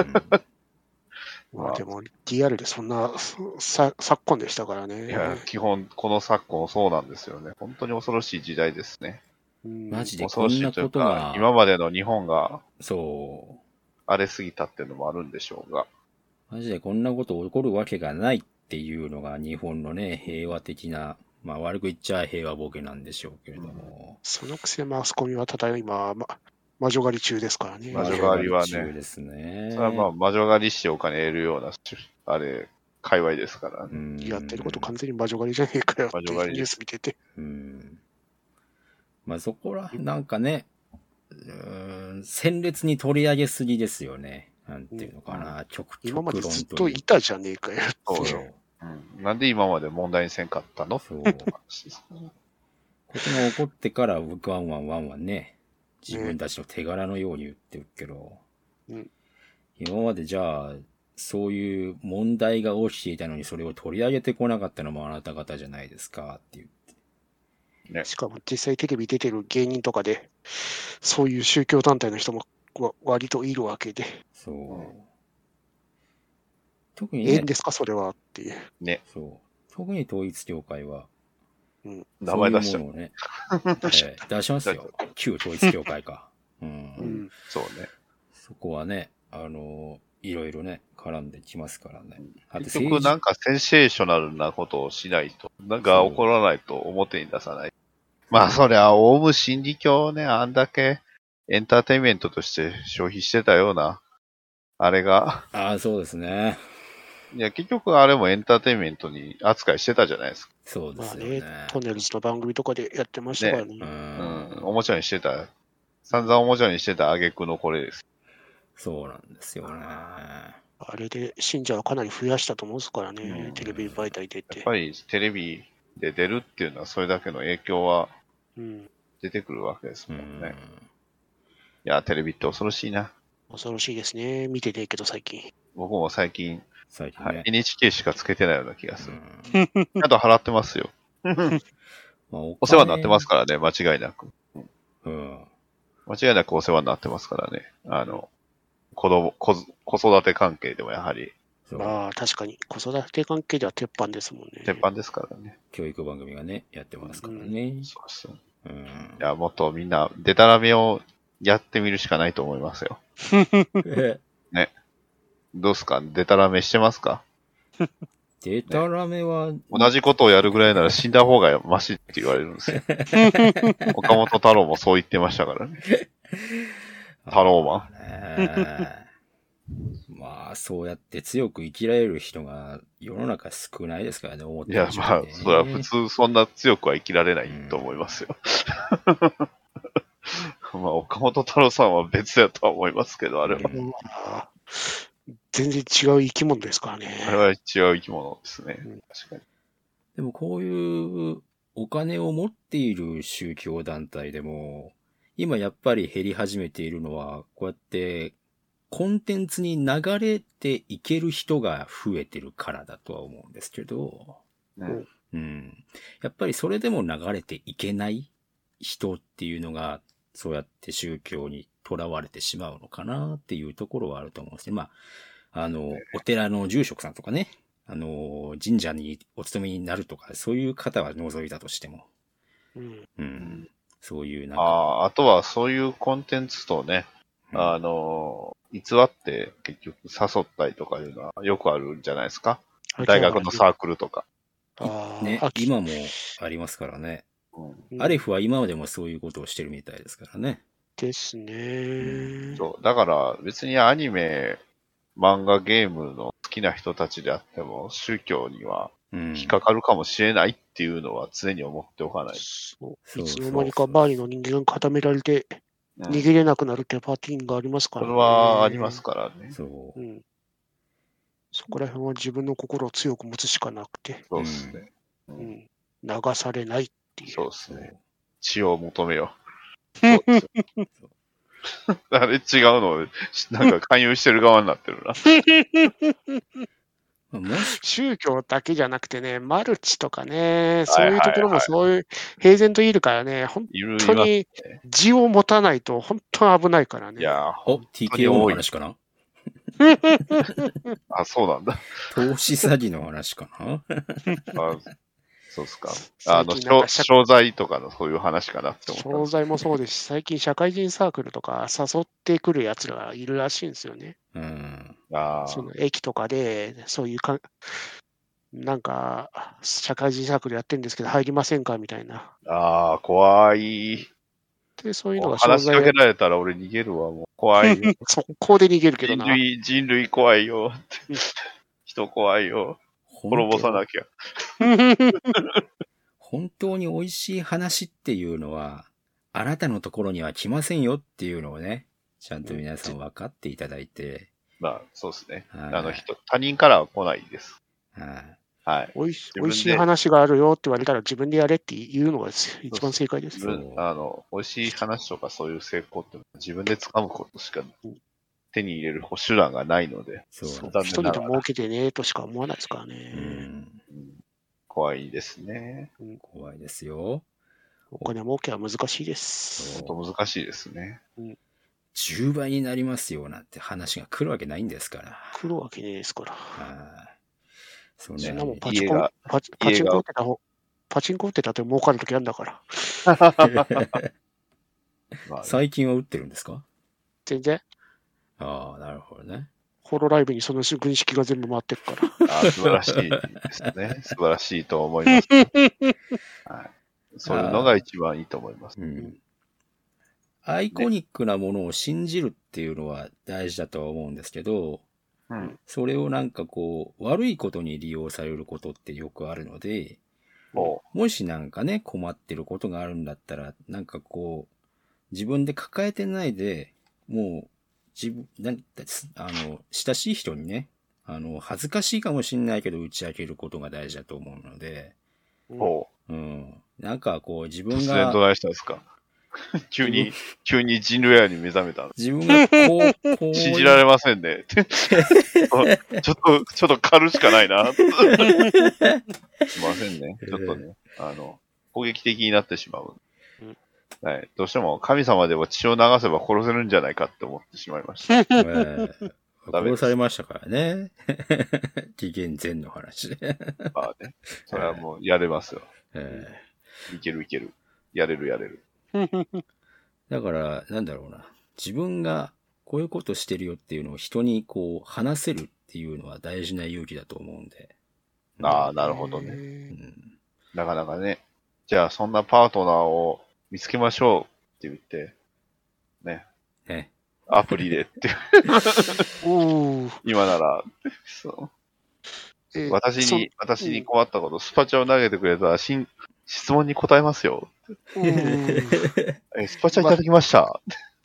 まあでも、リアルでそんなさ昨今でしたからね。 いや、基本、この昨今そうなんですよね。本当に恐ろしい時代ですね。 マジでこんなことが。 今までの日本が、 そう。 荒れすぎたっていうのもあるんでしょうが。 マジでこんなこと起こるわけがないっていうのが日本のね、平和的な、まあ悪く言っちゃ平和ボケなんでしょうけれども。 うん、そのくせマスコミはただ今、ま、魔女狩り中ですからね。 魔女狩りはね。 中ですね。 それはまあ魔女狩りしてお金得るような、あれ、界隈ですから、ね。 うん、やってること完全に魔女狩りじゃねえかよってニュース見てて。 うん。まあそこら、なんかね、うん鮮烈に取り上げすぎですよね。なんていうのかな、うん、極今までずっといたじゃねえかよ。 そうよ、うん。なんで今まで問題にせんかったのそう。ことが起こってから僕ワンワンワンワンね、自分たちの手柄のように言ってるけど、うん、今までじゃあ、そういう問題が起きていたのにそれを取り上げてこなかったのもあなた方じゃないですかって言って。 ね、しかも実際テレビ出てる芸人とかで、そういう宗教団体の人も割といるわけで。 そう。うん、 特にね。ええんですかそれはっていう。 ね。 そう。特に統一教会は、 うん、名前出しちゃう。 うね、出し出しますよ。旧統一教会か。うん、 うん。そうね。 そこはね、あの、いろいろね、絡んできますからね。 結局なんかセンセーショナルなことをしないと、なんか起こらないと表に出さない。まあそりゃ、オウム真理教をね、あんだけエンターテインメントとして消費してたような、あれが。 ああ、そうですね。 いや、結局あれもエンターテインメントに扱いしてたじゃないですか。 そうですよね。まあね、 トンネルズの番組とかでやってましたからね。ねうん、おもちゃにしてた。散々おもちゃにしてた挙句のこれです。 そうなんですよね。 あれで信者はかなり増やしたと思うんですからね、うん、テレビ媒体出て。 やっぱりテレビで出るっていうのはそれだけの影響は出てくるわけですもんね。うん、いや、テレビって恐ろしいな。 恐ろしいですね。見てねえけど最近。 僕も最近、 最近ね、はい、 エヌエイチケー しかつけてないような気がする。ちゃんと払ってますよ。お, お世話になってますからね、間違いなく。うん、間違いなくお世話になってますからね。あの、子供、子、子育て関係でもやはり。 まあ、確かに。子育て関係では鉄板ですもんね。 鉄板ですからね。 教育番組がね、やってますからね。 うん、そうそう。うん、いや、もっとみんな、デタラメをやってみるしかないと思いますよ。 ね。どうすか？デタラメしてますか？ デタラメは、ね、 同じことをやるぐらいなら死んだ方がマシって言われるんですよ。岡本太郎もそう言ってましたからね。太郎マン。 まあ、そうやって強く生きられる人が世の中少ないですからね、思っていや、まあ、それは普通そんな強くは生きられないと思いますよ。うん、まあ、岡本太郎さんは別だとは思いますけど、あれは。うん、 全然違う生き物ですからね。 あれは違う生き物ですね。うん、確かに。 でもこういうお金を持っている宗教団体でも、今やっぱり減り始めているのは、こうやってコンテンツに流れていける人が増えてるからだとは思うんですけど、 うん。 うん、やっぱりそれでも流れていけない人っていうのが、そうやって宗教にとらわれてしまうのかなっていうところはあると思うんですね。まあ、あの、お寺の住職さんとかね、あの、神社にお勤めになるとか、そういう方は除いたとしても。 うん。 うん、そういうなんか。 ああ、あとはそういうコンテンツとね、うん、あの、偽って結局誘ったりとかいうのはよくあるんじゃないですか。大学のサークルとか。 あね、今もありますからね。うん、アレフは今までもそういうことをしてるみたいですからね。 ですね、うん。 そう。だから別にアニメ、漫画、ゲームの好きな人たちであっても、宗教には引っかかるかもしれないっていうのは常に思っておかない。うん、 そういつの間にか周りの人間が固められて、逃げれなくなるっていうパターンがありますからね。 それはありますからね。 そう。 うん、そこら辺は自分の心を強く持つしかなくて。 そうですね。 うんうん、流されないっていう。 そうですね。血を求めよう。そうですあれ違うの、なんか勧誘してる側になってるな。 もし宗教だけじゃなくてね、マルチとかね、そういうところもそういう平然といるからね、本当に字を持たないと本当に危ないからね。 いやー、 お、ティーケーオー の話かなあ、そうなんだ。 投資詐欺の話かなあ、そうっすか。あの、商材とかのそういう話かなって思った。 商材もそうですし、最近社会人サークルとか誘ってくるやつらがいるらしいんですよね。 うん。 あその駅とかで、そういうか、なんか、社会人サークルやってるんですけど、入りませんかみたいな。 ああ、怖い。 で、そういうのが話しかけられたら俺逃げるわ、もう。怖いよ。 速攻で逃げるけどな。 人類、人類怖いよ。人怖いよ。滅ぼさなきゃ。 本当に美味しい話っていうのは、あなたのところには来ませんよっていうのをね、ちゃんと皆さん分かっていただいて。 まあ、そうですね。あの人、他人からは来ないです。 はい。 はい。 おいし、おいしい話があるよって言われたら自分でやれって言うのが一番正解です。 自分、あの、おいしい話とかそういう成功って自分で掴むことしか手に入れる手段がないので。 そう。 一人で儲けてねとしか思わないですからね。 うん怖いですね。 怖いですよ。 お金儲けは難しいです。 本当難しいですね。 うんじゅうばいになりますよなんて話が来るわけないんですから。 来るわけねえですから。 はい。そうね。 そんなもんパチコン、パチパチンコ打ってた方、パチンコ打ってたって儲かるときあるんだから。 最近は打ってるんですか？ 全然。 ああ、なるほどね。 ホロライブにその軍式が全部回ってるから。 ああ、素晴らしいですね。素晴らしいと思います。はい、そういうのが一番いいと思います。 うんアイコニックなものを信じるっていうのは大事だとは思うんですけど、 うん、 それをなんかこう、悪いことに利用されることってよくあるので、もしなんかね、困ってることがあるんだったら、なんかこう、自分で抱えてないで、もう、自分、なんあの、親しい人にね、あの、恥ずかしいかもしれないけど打ち明けることが大事だと思うので、 ほう。うん。なんかこう、自分が。 突然どないしたんですか急に、急に人類愛に目覚めた。 自分がこう、こう。 信じられませんね。ちょっと、ちょっと狩るしかないな。すいませんね。ちょっとね、あの、攻撃的になってしまう。はい。どうしても神様でも血を流せば殺せるんじゃないかって思ってしまいました。えー、殺されましたからね。紀元前の話で。 まあね。それはもうやれますよ。 えー、いけるいける。やれるやれる。 だから、なんだろうな。自分がこういうことしてるよっていうのを人にこう話せるっていうのは大事な勇気だと思うんで。 ああ、なるほどね。 へうーん、 なかなかね。じゃあ、そんなパートナーを見つけましょうって言って、ね。 ね。 アプリでって、 おー今なら、そうえー私そに、私に困ったこと、スパチャを投げてくれたら、しん質問に答えますよ。 うーんえスパチャいただきました。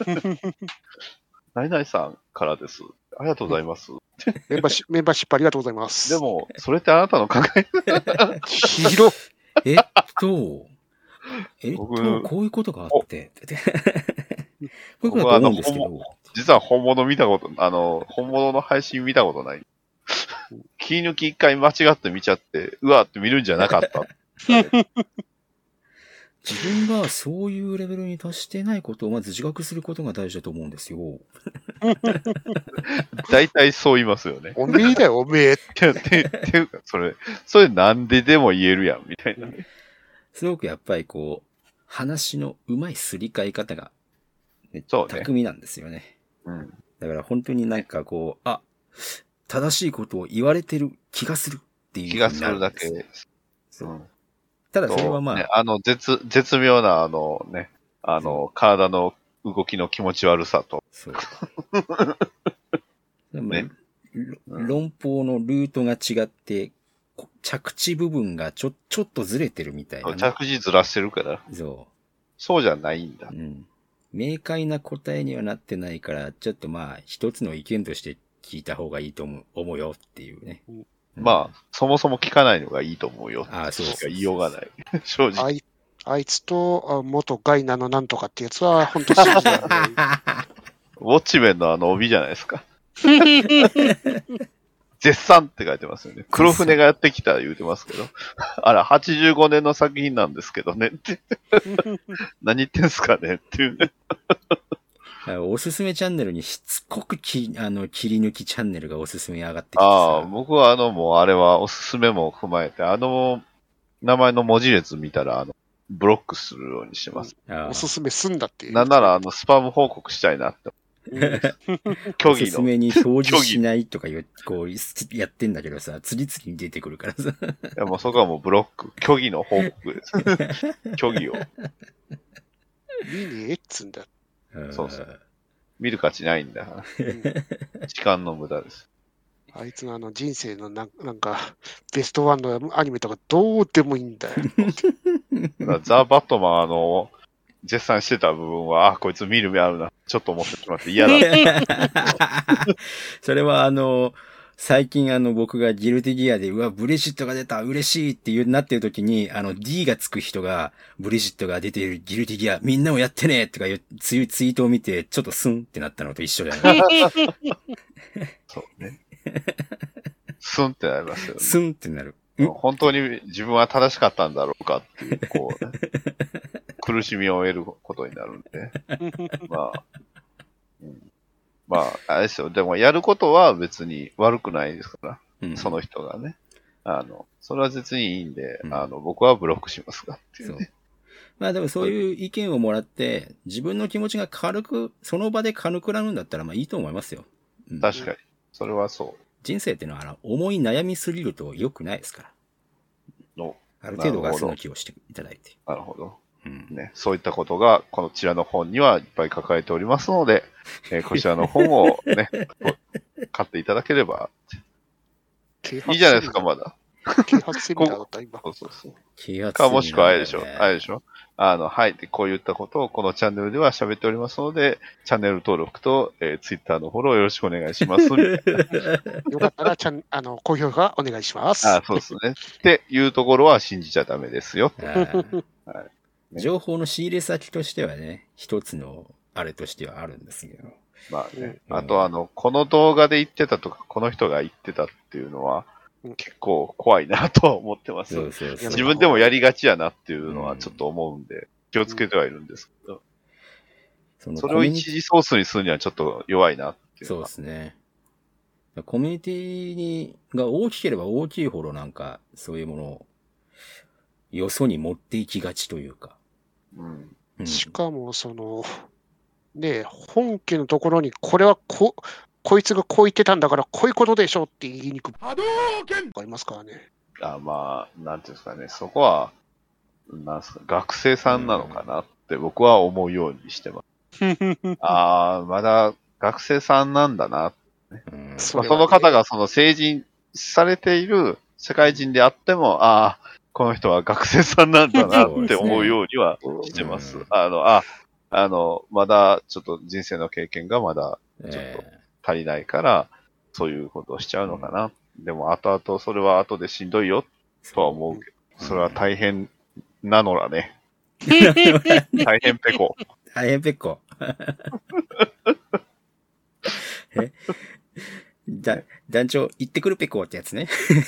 何々さんからです。ありがとうございます。 メンバーシメンバーシップありがとうございます。 でも、それってあなたの考え、 広えっと、えっ僕と、こういうことがあって、こういうことだ僕はあのと思うんですけど、 実は本物見たこと、あの、本物の配信見たことない。切り抜き一回間違って見ちゃって、うわーって見るんじゃなかった。 自分がそういうレベルに達してないことをまず自覚することが大事だと思うんですよ。 大体そう言いますよね。 おめえだよ、おめえ。 て、て、ていうか、それ、それなんででも言えるやん、みたいな。 すごくやっぱりこう、話のうまいすり替え方が、ね、 そうね巧みなんですよね。 うん。 だから本当になんかこう、あ、正しいことを言われてる気がするっていう気がす風になるるだけ。 んですね。そううん。 ただそれはまあ、 ね、あの、絶、絶妙な、あのね、あの、体の動きの気持ち悪さと、 そう。でもねろうん論法のルートが違って、こ着地部分がちょ、ちょっとずれてるみたいな、ね。 着地ずらしてるから、 そそうじゃないんだう。う。ん。明快な答えにはなってないから、ちょっとまあ、一つの意見として聞いた方がいいと思う思うよっていうね。 うんまあ、そもそも聞かないのがいいと思うよ。 ああそうそうそうしか言いようがない。正直。 あいあいつとあ元ガイナのなんとかってやつは、本当信じられない。 ウォッチメンのあの帯じゃないですか。絶賛って書いてますよね。黒船がやってきた言うてますけど。あら、はちじゅうごねんの作品なんですけどねって。何言ってんすかねっていうね。 おすすめチャンネルにしつこくきあの切り抜きチャンネルがおすすめ上がってきてさ。 ああ、僕はあの、もうあれはおすすめも踏まえて、あの、名前の文字列見たら、あの、ブロックするようにしてます。 ああおすすめすんだっていう。 なんなら、あの、スパム報告したいなって。虚偽の。 おすすめに表示しないとか言う、こう、やってんだけどさ、次々に出てくるからさ。 いや、もうそこはもうブロック。虚偽の報告です。虚偽を。 見ねえっつんだ。 そうそう見る価値ないんだから。時間の無駄です。 あいつのあの人生のなんなんか、ベストワンのアニメとかどうでもいいんだよ。 だからザ・バットマン、あの、絶賛してた部分は、あ、こいつ見る目あるな。ちょっと思ってしまって嫌だった。 それはあの、最近あの僕がギルティギアで、うわ、ブレジットが出た、嬉しいっていうなってる時に、あの D がつく人が、ブレジットが出ているギルティギア、みんなもやってねとかいうツイツイートを見て、ちょっとスンってなったのと一緒だよね。 そうね。スンってなりますよね。 スンってなる。 本当に自分は正しかったんだろうかっていう、こう、ね、苦しみを得ることになるんで。まあ、うん、まあ、あれですよ。でも、やることは別に悪くないですから、 うん、 その人がね。あの、それは別にいいんで、 うん、 あの、僕はブロックしますがっていうね。 そう。まあでもそういう意見をもらって、自分の気持ちが軽く、その場で軽くなるんだったら、まあいいと思いますよ。 うん、確かに。それはそう。 人生っていうのは、あの、思い悩みすぎると良くないですから。 のある程度ガス抜きをしていただいて。 なるほど。 うんね、そういったことが、こちらの本にはいっぱい書かれておりますので、えーこちらの本をね、買っていただければ。いいじゃないですか、まだ。 啓発セミナーだった、今。 そうそうそう。 啓発か、もしくはあれでしょ。 ねあれでしょ。あの、はい。で、こういったことをこのチャンネルでは喋っておりますので、チャンネル登録と、えー、ツイッターのフォローよろしくお願いします。みたいなよかったら、ちゃん、あの、高評価お願いします。 あそうですね。っていうところは信じちゃダメですよ。 はいね情報の仕入れ先としてはね、一つのあれとしてはあるんですけど。 まあね。 うんあと、あの、この動画で言ってたとか、この人が言ってたっていうのはうん、 結構怖いなとは思ってます。 そうそうそう。 自分でもやりがちやなっていうのはちょっと思うんで、気をつけてはいるんですけど、 そのそれを一時ソースにするにはちょっと弱いなっていうそうのは。 ですね。コミュニティにが大きければ大きいほどなんか、そういうものを、よそに持っていきがちというか。 うん。 うんしかも、その、 ね、本家のところに、これはこ、こいつがこう言ってたんだから、こういうことでしょって言いにくい。波動拳ありますからね。 あまあ、なんていうんですかね、そこは、なんすか、学生さんなのかなって僕は思うようにしてます。ああ、まだ学生さんなんだな。 うんそれはねまあその方がその成人されている社会人であっても、ああ、この人は学生さんなんだなって思うようにはしてます。 うんあの、あ、あの、まだちょっと人生の経験がまだちょっとえ足りないから、そういうことをしちゃうのかな。でも後々それは後でしんどいよーとは思うけど、 うんそれは大変なのらね。大変ペコ。 大変ペッコ。えだ、団長、行ってくるペコってやつね。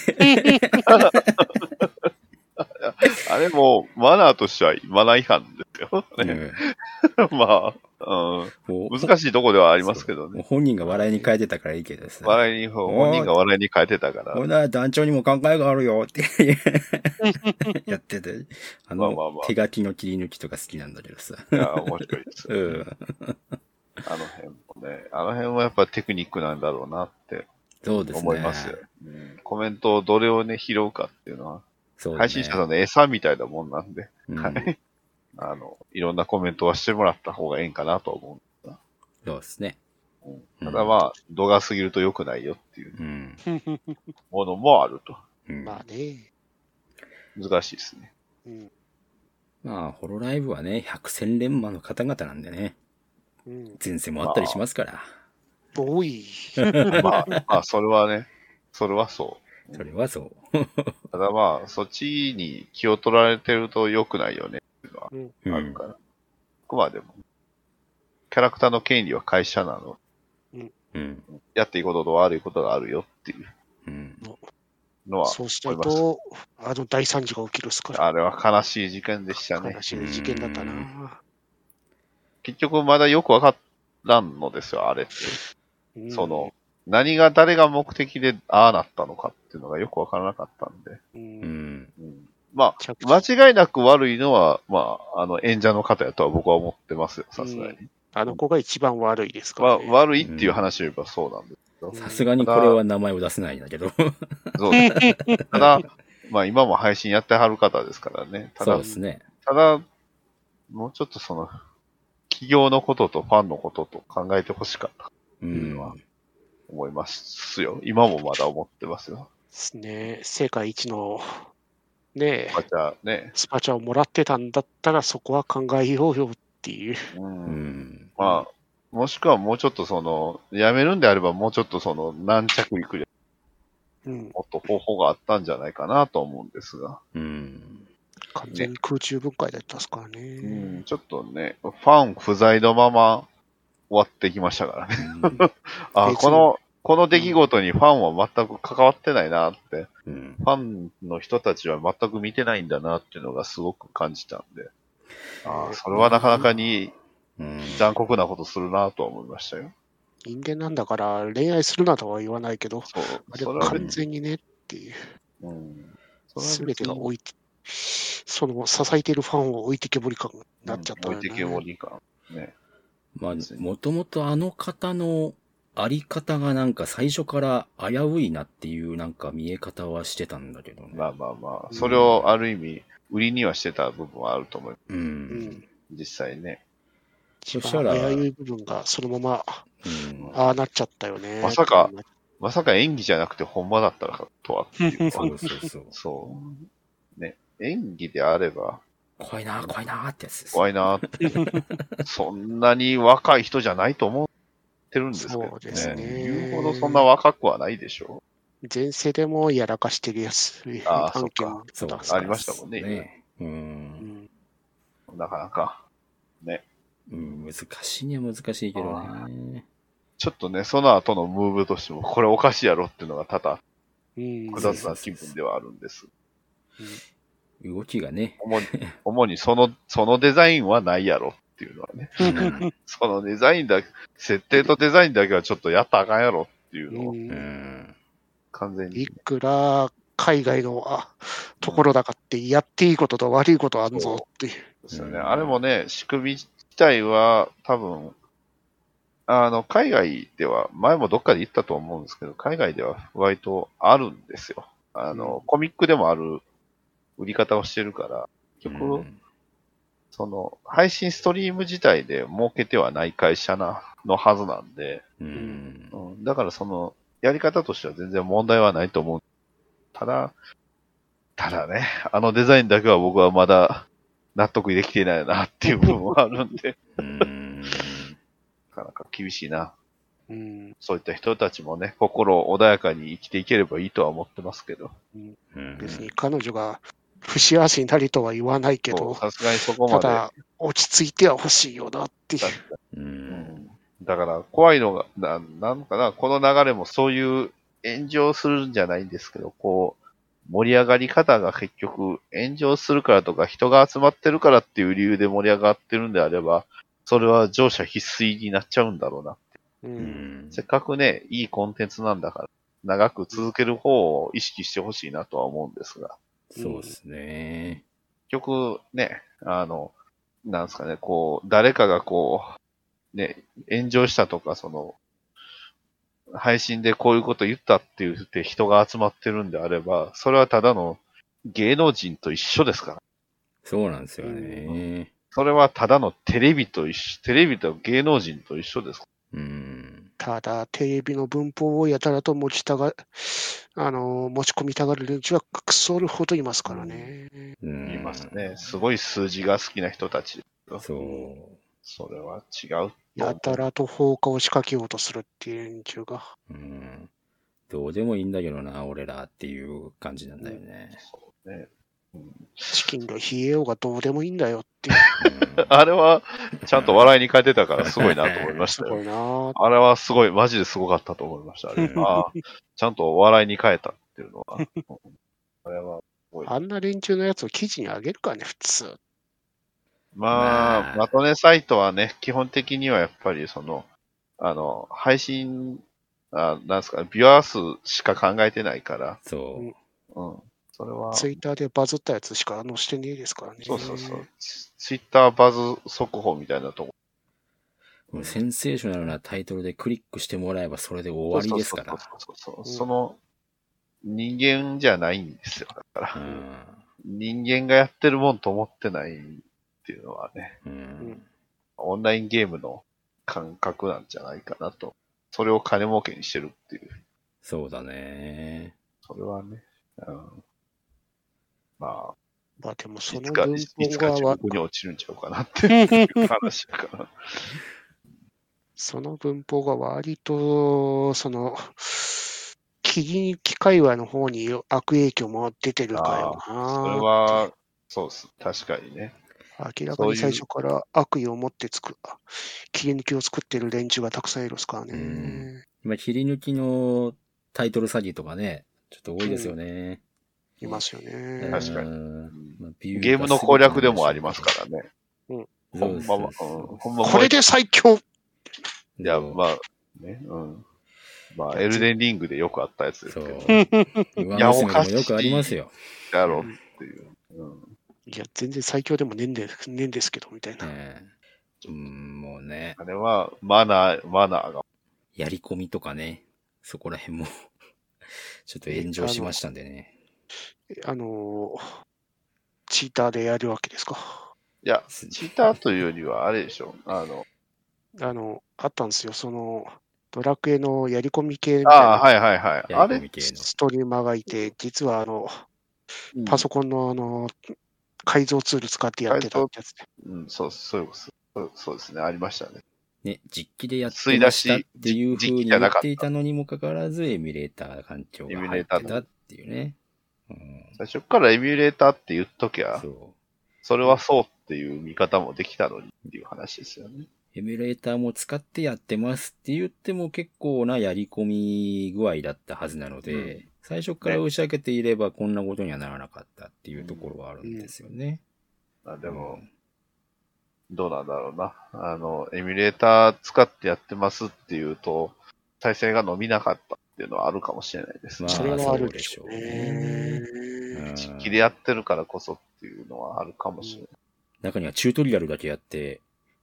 あれもマナーとしてはマナー違反ですよ。 うね、 んまあ、うん、 もう難しいとこではありますけどね。 もう本人が笑いに変えてたからいいけどさ。 笑いに、本人が笑いに変えてたから。 ほな、団長にも考えがあるよってやってて。あの、 まあまあまあ手書きの切り抜きとか好きなんだけどさ。 いや、面白いですよ。 うん。 あの辺もね、あの辺はやっぱテクニックなんだろうなってそうですね。 思いますよ。うんコメントをどれをね、拾うかっていうのは、 そうですね。 配信者さんの餌みたいなもんなんで、 うんはい。あの、いろんなコメントはしてもらった方がいいんかなとは思そうですね。 う。うんただまあ、度が過ぎると良くないよっていううん。 ものもあると。 うんまあね。 難しいですね。 うん。 まあ、ホロライブはね、百戦錬磨の方々なんでね、 うん。 前世もあったりしますから。 多い。 まあ、まあ、それはね、それはそそれはそう。 う。ただまあ、そっちに気を取られてると良くないよねっていうのはうん。 あるから。あくまでも、キャラクターの権利は会社なの。 うん。 やっていいことと悪いことがあるよっていううん。 のはそうしない思います。 と、あの大惨事が起きるっすから。 あれは悲しい事件でしたね悲。しい事件だったな。 結局まだよくわからんのですよ、あれって。 うんその、何が誰が目的でああなったのかっていうのがよくわからなかったんで。 う。 うんん。 うんま着地あ、間違いなく悪いのは、まあ、あの、演者の方やとは僕は思ってますよ、さすがに。 あの子が一番悪いですかまあ、 らね。 悪いっていう話を言えばそうなんですけど。 さすがにこれは名前を出せないんだけど。 そうですただ、まあ今も配信やってはる方ですからね。ただそうで、すね。 ただ、もうちょっとその、企業のこととファンのことと考えてほしかったとう。 いうんのは思いますよ。今もまだ思ってますよ。 ですね。世界一の、ねまあ、じゃあね、 スパチャをもらってたんだったら、そこは考えようよっていう。 うん。 うん。 まあ、もしくはもうちょっとその、やめるんであればもうちょっとその、軟着陸でうん。 もっと方法があったんじゃないかなと思うんですが。 うん。 完全に空中分解だったっすからうん、 ね。 ちょっとね、ファン不在のまま終わってきましたからね。あ、 別にこの、この出来事にファンは全く関わってないなって、 うん。 ファンの人たちは全く見てないんだなっていうのがすごく感じたんで、あそれはなかなかにうん。 残酷なことするなとは思いましたよ。 人間なんだから恋愛するなとは言わないけど、 そう。 あれそれは別完全にねっていう、 に、うん。それはすべ別にてが置いて、その支えているファンを置いてけぼり感になっちゃったよね。 置いてけぼり感。ね。 まあ、もともとあの方のあり方がなんか最初から危ういなっていうなんか見え方はしてたんだけどね。 まあまあまあ、それをある意味、売りにはしてた部分はあると思う。 う。 うんん。 実際ね。 一そしたら番危うい部分がそのまま、 うん。 ああなっちゃったよね。 まさかまさか演技じゃなくてほんまだったらとはっていうのはそうそうそう。 そう。ね。演技であれば、 怖いな、怖いなってやつです。 怖いなーって。そんなに若い人じゃないと思ってるんですけどね。 そうですね言うほどそんな若くはないでしょ前世でもやらかしてるやつ、 ああ案件そっかそうだありましたもんねね。う。 うんん。 う。なかなか。ね。 うん、難しいには難しいけどね。 ちょっとね、その後のムーブとしても、これおかしいやろっていうのが多々 うん。 複雑な気分ではあるんです。 動きがね。 主に、主にその、そのデザインはないやろっていうのはね。 うん。 そのデザインだけ、設定とデザインだけはちょっとやったらあかんやろっていうのをうんうん。 完全にい。くら海外のあところだかってやっていいことと悪いことあんぞっていう。 ですよね。 うんあれもね、仕組み自体は多分、 あの、海外では、前もどっかで言ったと思うんですけど、海外では割とあるんですよ。あの、 うんコミックでもある売り方をしてるから、結局、 うんその、配信ストリーム自体で儲けてはない会社な、のはずなんで、 うんうん、だからその、やり方としては全然問題はないと思う。ただ、ただね、あのデザインだけは僕はまだ納得できていないなっていう部分はあるんで、 うんなかなか厳しいな。 うんそういった人たちもね、心穏やかに生きていければいいとは思ってますけど。 うん別に彼女が不幸せになりとは言わないけそうど、 さすがにそこまで。 ただ、落ち着いてはほしいよなっていう。 ううんんだから怖いのが、ななんかな、この流れもそういう炎上するんじゃないんですけど、こう、盛り上がり方が結局炎上するからとか人が集まってるからっていう理由で盛り上がってるんであれば、それは乗車必須になっちゃうんだろうな。 ううんんせっかくね、いいコンテンツなんだから、長く続ける方を意識してほしいなとは思うんですが、 そうですね。 結局ね、あの、なんですかね、こう、誰かがこう、ね、炎上したとか、その、配信でこういうこと言ったって言って人が集まってるんであれば、それはただの芸能人と一緒ですから。 そうなんですよね。 それはただのテレビと一緒、テレビと芸能人と一緒ですかうん。 ただ、テレビの文法をやたらと持ちたが、あの、持ち込みたがる連中はくそるほどいますからね。 うんら。いますね。すごい数字が好きな人たち。 そそれは違うと思う。 やたらと放火を仕掛けようとするっていう連中が。 う。うん。どうでもいいんだけどな、俺らっていう感じなんだよね。 そうね。 チキンが冷えようがどうでもいいんだよっていう。 あれは、ちゃんと笑いに変えてたからすごいなと思いましたよ。 すごいなぁ。 あれはすごい、マジですごかったと思いました。あれあちゃんと笑いに変えたっていうのは。あれはすごい。 あんな連中のやつを記事にあげるかね、普通。 ままああ、まとめサイトはね、基本的にはやっぱりその、あの、配信、あなんですか、ビュアー数しか考えてないから、 そう。 うん。それは、 ツイッターでバズったやつしか載してねえですからね。 そうそうそう。ツイッターバズ速報みたいなとこ。 もうセンセーショナルなタイトルでクリックしてもらえばそれで終わりですから。 そうそうそうそう、 うんその、人間じゃないんですよ。だから、 うん人間がやってるもんと思ってないっていうのはね、 うんオンラインゲームの感覚なんじゃないかなと。それを金儲けにしてるっていう。 そうだね。 それはね、うん、まあ、 まあでもいそのつか、 文いつか法がわ、 地獄に落ちるんちゃうかなっていう話だから。 その文法が割と、その、切り抜き界隈の方に悪影響も出てるかよな。 それは、そうです。確かにね。 明らかに最初から悪意を持ってつく、切り抜きを作ってる連中がたくさんいるっすからね。 うん今、切り抜きのタイトル詐欺とかね、ちょっと多いですよね。 いますよね。 確かにうんまあビューゲームの攻略でもありますからね。 うんほんまは、 そうそううん、ほんまこれで最強。 いや、まあ、ね、うん。まあ、エルデンリングでよくあったやつですそけど、 う。上娘でもよくありますよ。 やろうっていう。うん。 いや、全然最強でもねえんでねえんですけど、みたいな。 ねえうん、もうね、 あれは、マナー、マナーが。 やり込みとかね、そこら辺もちょっと炎上しましたんでね。 あのー、チーターでやるわけですか。 いや、チーターというよりは、あれでしょ。あの、 あの、あったんですよ。その、ドラクエのやり込み系みたいああ、 なはいはいはい。あれやり込み、系の。 ストリーマーがいて、実はあの、 うんパソコンのあの、改造ツール使ってやってたってやつで。 うん、そう、そういうことそうそうですね、ありましたね。 ね、実機でやってましたっていう風に言っていたのにもかかわらず、エミュレーター環境が入ってたっていうね。うん、 最初からエミュレーターって言っときゃ、 そう。 それはそうっていう見方もできたのにっていう話ですよね。 エミュレーターも使ってやってますって言っても結構なやり込み具合だったはずなので、うん、最初から打ち明けていればこんなことにはならなかったっていうところはあるんですよね。 うんうん、あでも、うん、どうなんだろうな。あの、エミュレーター使ってやってますっていうと、体制が伸びなかったっていうのはあるかもしれないですね。 まあ、それはあるでしょうね。 実機でやってるからこそっていうのはあるかもしれない。 中にはチュートリアルだけやって、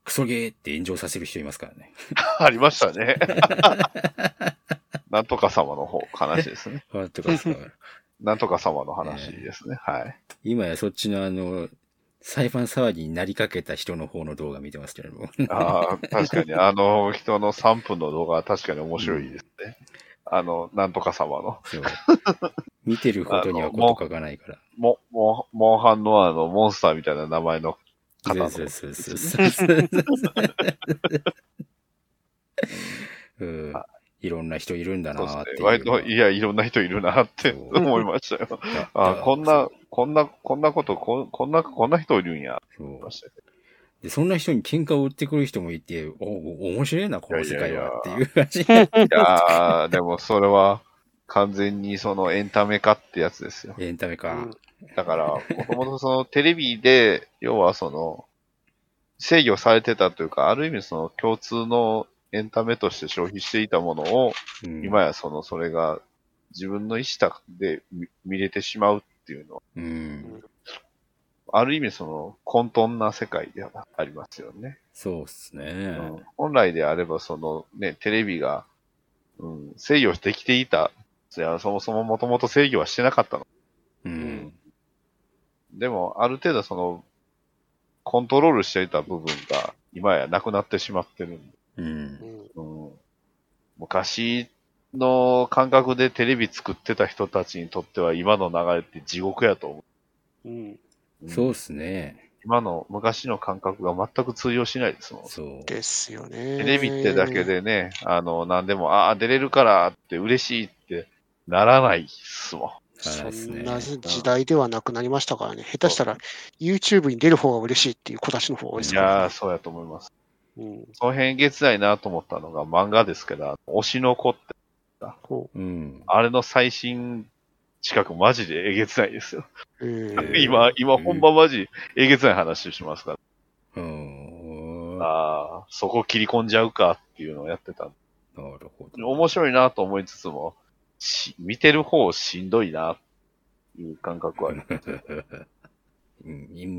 クソゲーって炎上させる人いますからね。 ありましたね。なんとか様の方、話ですね。 なんとかさ、 なんとか様の話ですね。はい。 今やそっちのあの、裁判騒ぎになりかけた人の方の動画見てますけども。 ああ、確かに、あの人のさんぷんの動画は確かに面白いですね。うん、あの、なんとか様の。 そう。見てることにはこと書かないから。 も、も、モンハンのあの、モンスターみたいな名前の方の。 そうそうそうそうそううん。いろんな人いるんだなーっていう。 割と、いや、いろんな人いるなって思いましたよ。あ、こんな、こんな、こんなこと、ここんな、こんな人いるんや。 そうで、そんな人に喧嘩を売ってくる人もいて、お、面白いな、この世界はっていう感じ。いやー、でもそれは完全にそのエンタメ化ってやつですよ。 エンタメ化。 だから、もともとそのテレビで、要はその、制御されてたというか、ある意味その共通のエンタメとして消費していたものを、うん、今やその、それが自分の意思で見れてしまうっていうのは、うん、ある意味その混沌な世界ではありますよね。 そうですね、 うん。本来であればそのね、テレビが、うん、制御できていた。いや、そもそももともと制御はしてなかったの。うん。でも、ある程度その、コントロールしていた部分が今やなくなってしまってるんで。うん。うん、昔の感覚でテレビ作ってた人たちにとっては今の流れって地獄やと思う。 うん。うん、そうですね。 今の昔の感覚が全く通用しないですもん。 そうですよね。 テレビってだけでね、あの、何でも、ああ、出れるからって嬉しいってならないっすもん。 そんな時代ではなくなりましたからね。下手したら YouTube に出る方が嬉しいっていう子たちの方が多いですからね。 いやー、そうやと思います。うん、その辺月ないなと思ったのが漫画ですけど、推しの子って、うん、あれの最新近くマジでえげつないですよ。えー、今、今本番マジえげつない話しますから。うん、ああ、そこ切り込んじゃうかっていうのをやってた。なるほど。面白いなと思いつつも、し見てる方しんどいなっていう感覚はあります。 うん、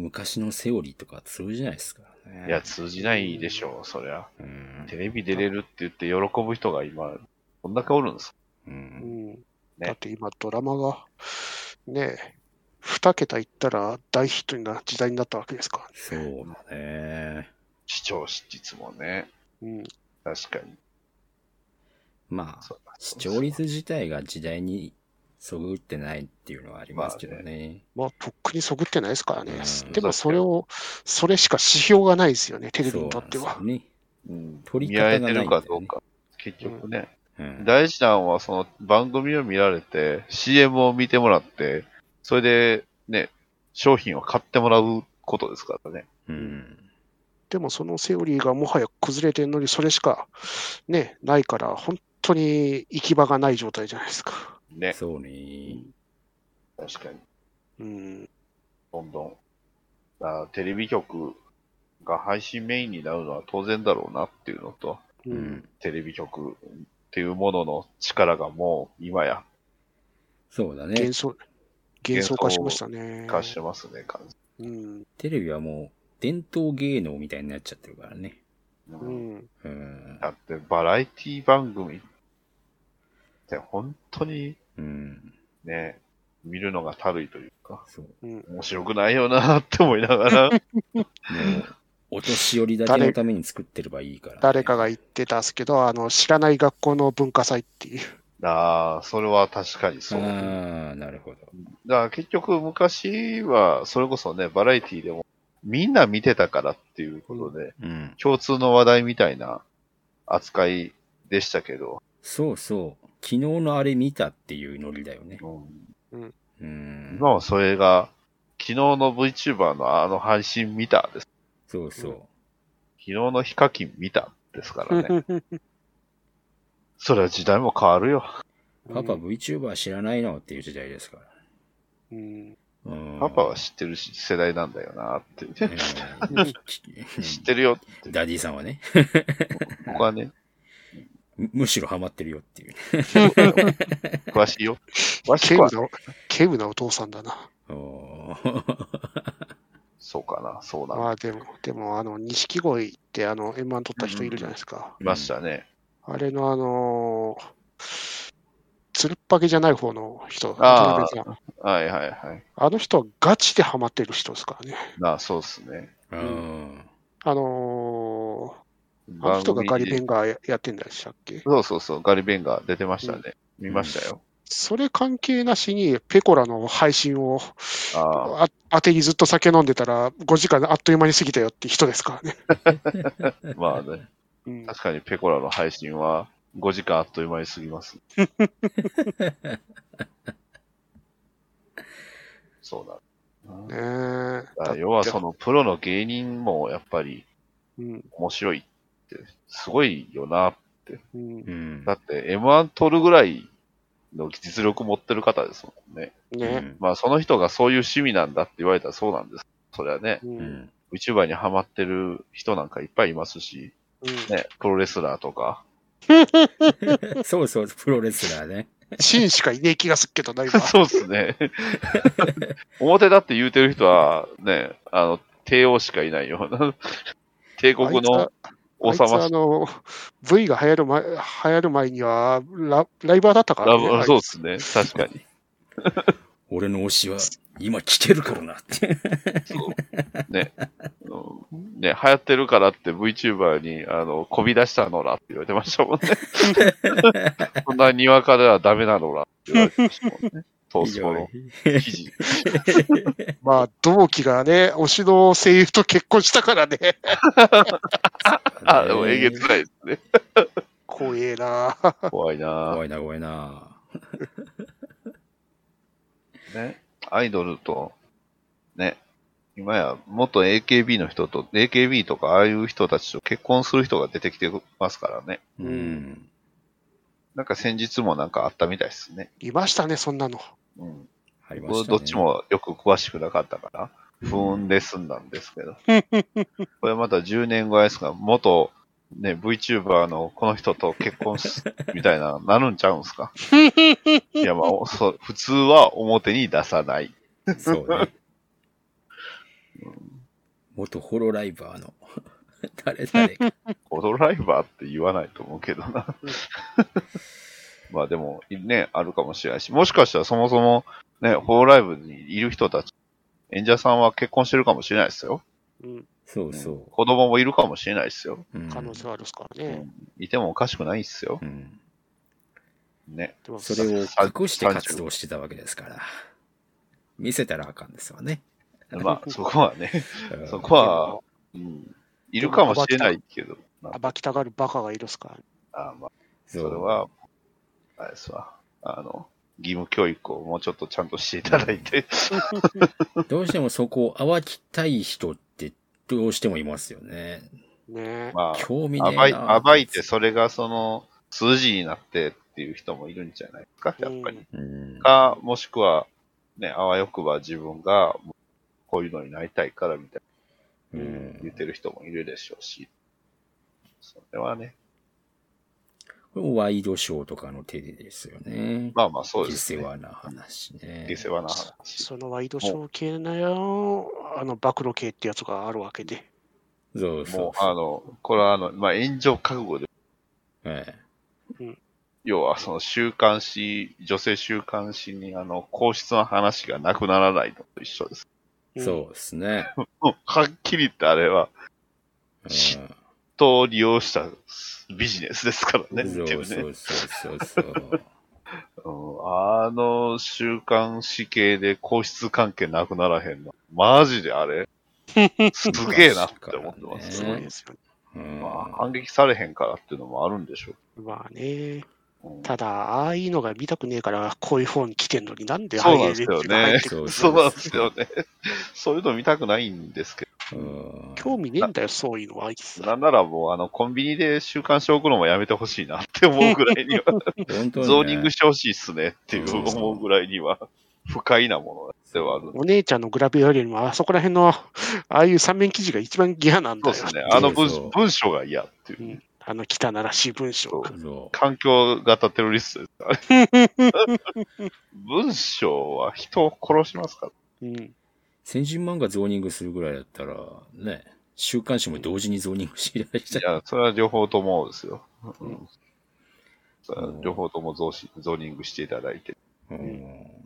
昔のセオリーとか通じないですからね。 いや、通じないでしょう、そりゃ。うん、テレビ出れるって言って喜ぶ人が今、こんだけおるんです。うん。 うんね、だって今ドラマが、ね、二桁いったら大ヒットな時代になったわけですからね。 そうだね。 視聴率もね。うん。確かに。 まあ、視聴率自体が時代にそぐってないっていうのはありますけどね。まあ、ねまあ、とっくにそぐってないですからね。うん、でもそれを、それしか指標がないですよね、テレビにとっては。そうね。 うん。取り方がないんだよね。見られてるかどうか。結局ね。うん、大事なのはその番組を見られて、シーエム を見てもらって、それでね、商品を買ってもらうことですからね。うん。 でもそのセオリーがもはや崩れてるのに、それしかね、ないから、本当に行き場がない状態じゃないですか。 ね。そうね。 確かに。うん。どんどん。あテレビ局が配信メインになるのは当然だろうなっていうのと、うん、テレビ局っていうものの力がもう今や。 そうだね。 幻想、幻想化しましたね。 化してますね、完全に。うん。テレビはもう伝統芸能みたいになっちゃってるからね。 うん。うん、だってバラエティ番組って本当に、うん、ね、見るのがたるいというか、そう、面白くないよなって思いながら。もうお年寄りだけのために作ってればいいから、ね、 誰かが言ってたんですけど、あの、知らない学校の文化祭っていう。 ああ、それは確かにそう。 ああ、なるほど。 だから結局昔は、それこそね、バラエティでも、みんな見てたからっていうことで、うん、共通の話題みたいな扱いでしたけど。 そうそう。昨日のあれ見たっていうノリだよね。 うん。うん、今はそれが、昨日の VTuber のあの配信見たです。 そうそう。うん、昨日のヒカキン見たですからね。それは時代も変わるよ。 パパ VTuber 知らないのっていう時代ですから。 うん。うん、パパは知ってるし世代なんだよなって。えー、知ってるよって。 ダディさんはね。 僕はね。 むしろハマってるよっていう。 詳しいよ。詳しいよ。軽部なお父さんだな。 そうかな、そうなんまあでも、でも、あの、錦鯉ってあの、エムワン 取った人いるじゃないですか。 いましたね。 あれのあのー、つるっぱげじゃない方の人、渡あ辺さん。 あ、はいはいはい。 あの人はガチでハマってる人ですからね。 なあ、そうっすね。 うん。 あのー、あの番人がガリ組で、 ベンガーややってんだでしたっけ？ そうそうそう、ガリベンが出てましたね。見ましたよ。 それ関係なしに、ペコラの配信をああ当てにずっと酒飲んでたら、ごじかんあっという間に過ぎたよって人ですからね。 あ、まあね。 うん、 確かにペコラの配信はごじかんあっという間に過ぎます。そうだ。 ねえ。 あ要はそのプロの芸人もやっぱりうん面白いってすごいよな。 うんうんだって エムワン 取るぐらいの実力持ってる方ですもんね。 ね、 まあその人がそういう趣味なんだって言われたらそうなんです。それはね、 ううんん VTuber にハマってる人なんかいっぱいいますし、 うんね、プロレスラーとか。 そうそう、プロレスラーね。 シンしかいねえ気がするけどな、今。 そうですね。表だって言うてる人はね、あの、帝王しかいないような、帝国の王あいつ様しあの、V が流行る前、流行る前にはラ、ライバーだったからね。 ラブそうですね。確かに。 俺の推しは今来てるからなって。 そう。ね。うんね、流行ってるからって VTuber に、あの、こび出したのらって言われてましたもんね。そんなにわかではダメなのらって言われてましたもんね。トースポの記事。 まあ、同期がね、推しの声優と結婚したからね。 あ、でもえげつないですね。 怖えな。 怖いな怖いな、怖いな。 ね。アイドルと、ね。今や、元 エーケービー の人と、エーケービー とかああいう人たちと結婚する人が出てきてますからね。 うん。 なんか先日もなんかあったみたいですね。 いましたね、そんなの。 うん。 ありましたね。 僕どっちもよく詳しくなかったから、不運で済んだんですけど。これまたじゅうねんごですが、元、ね、VTuber のこの人と結婚す、みたいな、なるんちゃうんすかいや、まあ、そう普通は表に出さない。 そうね。元ホロライバーの誰誰か。 ホロライバーって言わないと思うけどな。まあでも、ね、あるかもしれないし、もしかしたらそもそも、ね、ホロライブにいる人たち、演者さんは結婚してるかもしれないですよ。 うん、 そうそう。 子供もいるかもしれないですよ。 うん可能性はあるっすからね。 いてもおかしくないっすよう。ん。 ね。 でもそれを隠して活動してたわけですから。見せたらあかんですわね。 まあ、そこはね、 うんそこは、うん、いるかもしれないけど。 暴きたがるバカがいるっすから、ね。 あまあ、 そそれは、あれですわ。あの、義務教育をもうちょっとちゃんとしていただいて。 どうしてもそこを暴きたい人ってどうしてもいますよね。 ねまあ、 興味ねえ暴いな。 暴いてそれがその数字になってっていう人もいるんじゃないですか、やっぱり。 うん。 か、もしくは、ね、あわよくば自分がこういうのになりたいからみたいな、 うん言ってる人もいるでしょうし。それはね、 これもワイドショーとかの手でですよね。 まあまあそうですね。 下世話な話ね。 下世話な話。 そのワイドショー系の、あの、暴露系ってやつがあるわけで。 そうそうもう、あの、これはあの、まあ炎上覚悟で、 え要はその週刊誌、女性週刊誌にあの、皇室の話がなくならないのと一緒です。 え、そうですね。 もうはっきり言ってあれは、しうん人を利用したビジネスですからね。 そうっていうねそうそうそうそう。 うんあの週刊誌系で皇室関係なくならへんの。マジであれすげえなって思ってます。 すごいですよね。 うんまあ、反撃されへんからっていうのもあるんでしょまあね。 う。うんただ、ああいうのが見たくねえから、こういう本来てんのになんでそうなんですよね。 そうそうなんですよね。そういうの見たくないんですけうん興味ねえんだよ、そういうのは。あいつど、なんならもうあのコンビニで週刊誌送るのもやめてほしいなって思うぐらいには、 本当にねゾーニングしてほしいっすねっていうそうそう思うぐらいには、不快なものではある。 お姉ちゃんのグラビアよりも、あそこら辺の、ああいう三面記事が一番嫌なんだよ。 そうですね。あの文そうそう文章が嫌っていうう。 ん、あの汚らしい文章が。 そ環境型テロリストですからね。文章は人を殺しますから。 うん、 先人漫画ゾーニングするぐらいだったら、ね、週刊誌も同時にゾーニングしていただいいや、それは両方ともですよ。 うん、 それは両方ともゾーゾーニングしていただいて、 うん、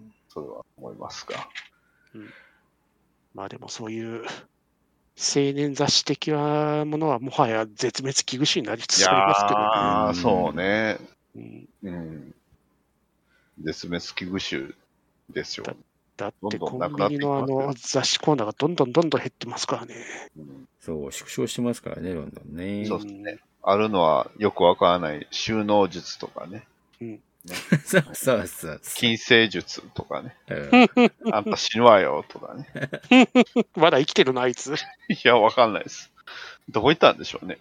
それは思いますが。 うん、まあでもそういう青年雑誌的なものはもはや絶滅危惧種になりつつありますけどね。 ああ、そうね。 うん、 うん。絶滅危惧種ですよ。 だだってどんどんコンなくなっていきビニのあますよの雑誌コーナーがどんどんどんどん減ってますからね。 うん、 そう、縮小してますからね、どんどんね。 そうですね。あるのはよくわからない収納術とかね。 うんねそうそうそう。 金星術とかね。 うんあんた死ぬわよとかね。 まだ生きてるのあいつ。 いや、わかんないです。どこ行ったんでしょうね。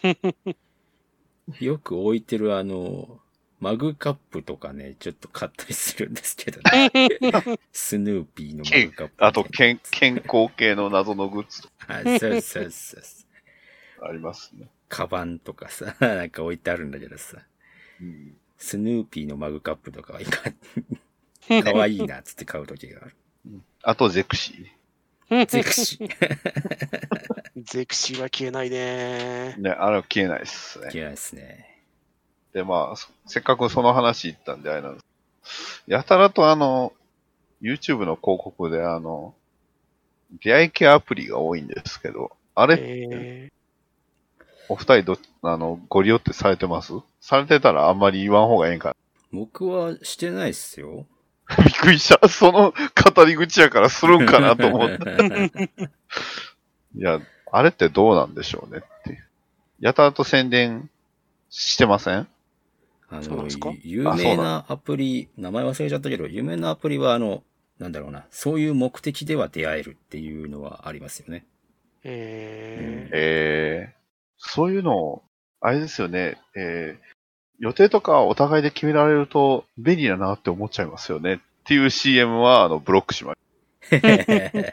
よく置いてるあの、マグカップとかね、ちょっと買ったりするんですけどね。スヌーピーのマグカップ。 あと健、健康系の謎のグッズとかあ、そうそうそう。 ありますね。 カバンとかさ、なんか置いてあるんだけどさ。 うん、 スヌーピーのマグカップとかはいかかわいいなっつって買う時がある。 あとゼクシー。 ゼクシー。 ゼクシーは消えないね。 ね、あれは消えないですね。 消えないですね。 で、まあ、せっかくその話言ったんであれなんです。やたらとあの、YouTube の広告であの、出会い系アプリが多いんですけど、あれ、 えお二人ど、あの、ご利用ってされてます？されてたらあんまり言わん方がええんか僕はしてないっすよ。 な。びっくりした。その語り口やからするんかなと思って。いや、あれってどうなんでしょうねっていう。やたらと宣伝してません？ あのそうなんですか、 有名なアプリ、名前忘れちゃったけど、有名なアプリはあの、なんだろうな、そういう目的では出会えるっていうのはありますよね。 ー、ええー、そういうのを、あれですよね、えー、予定とかお互いで決められると便利だなって思っちゃいますよねっていう シーエム はあのブロックしました。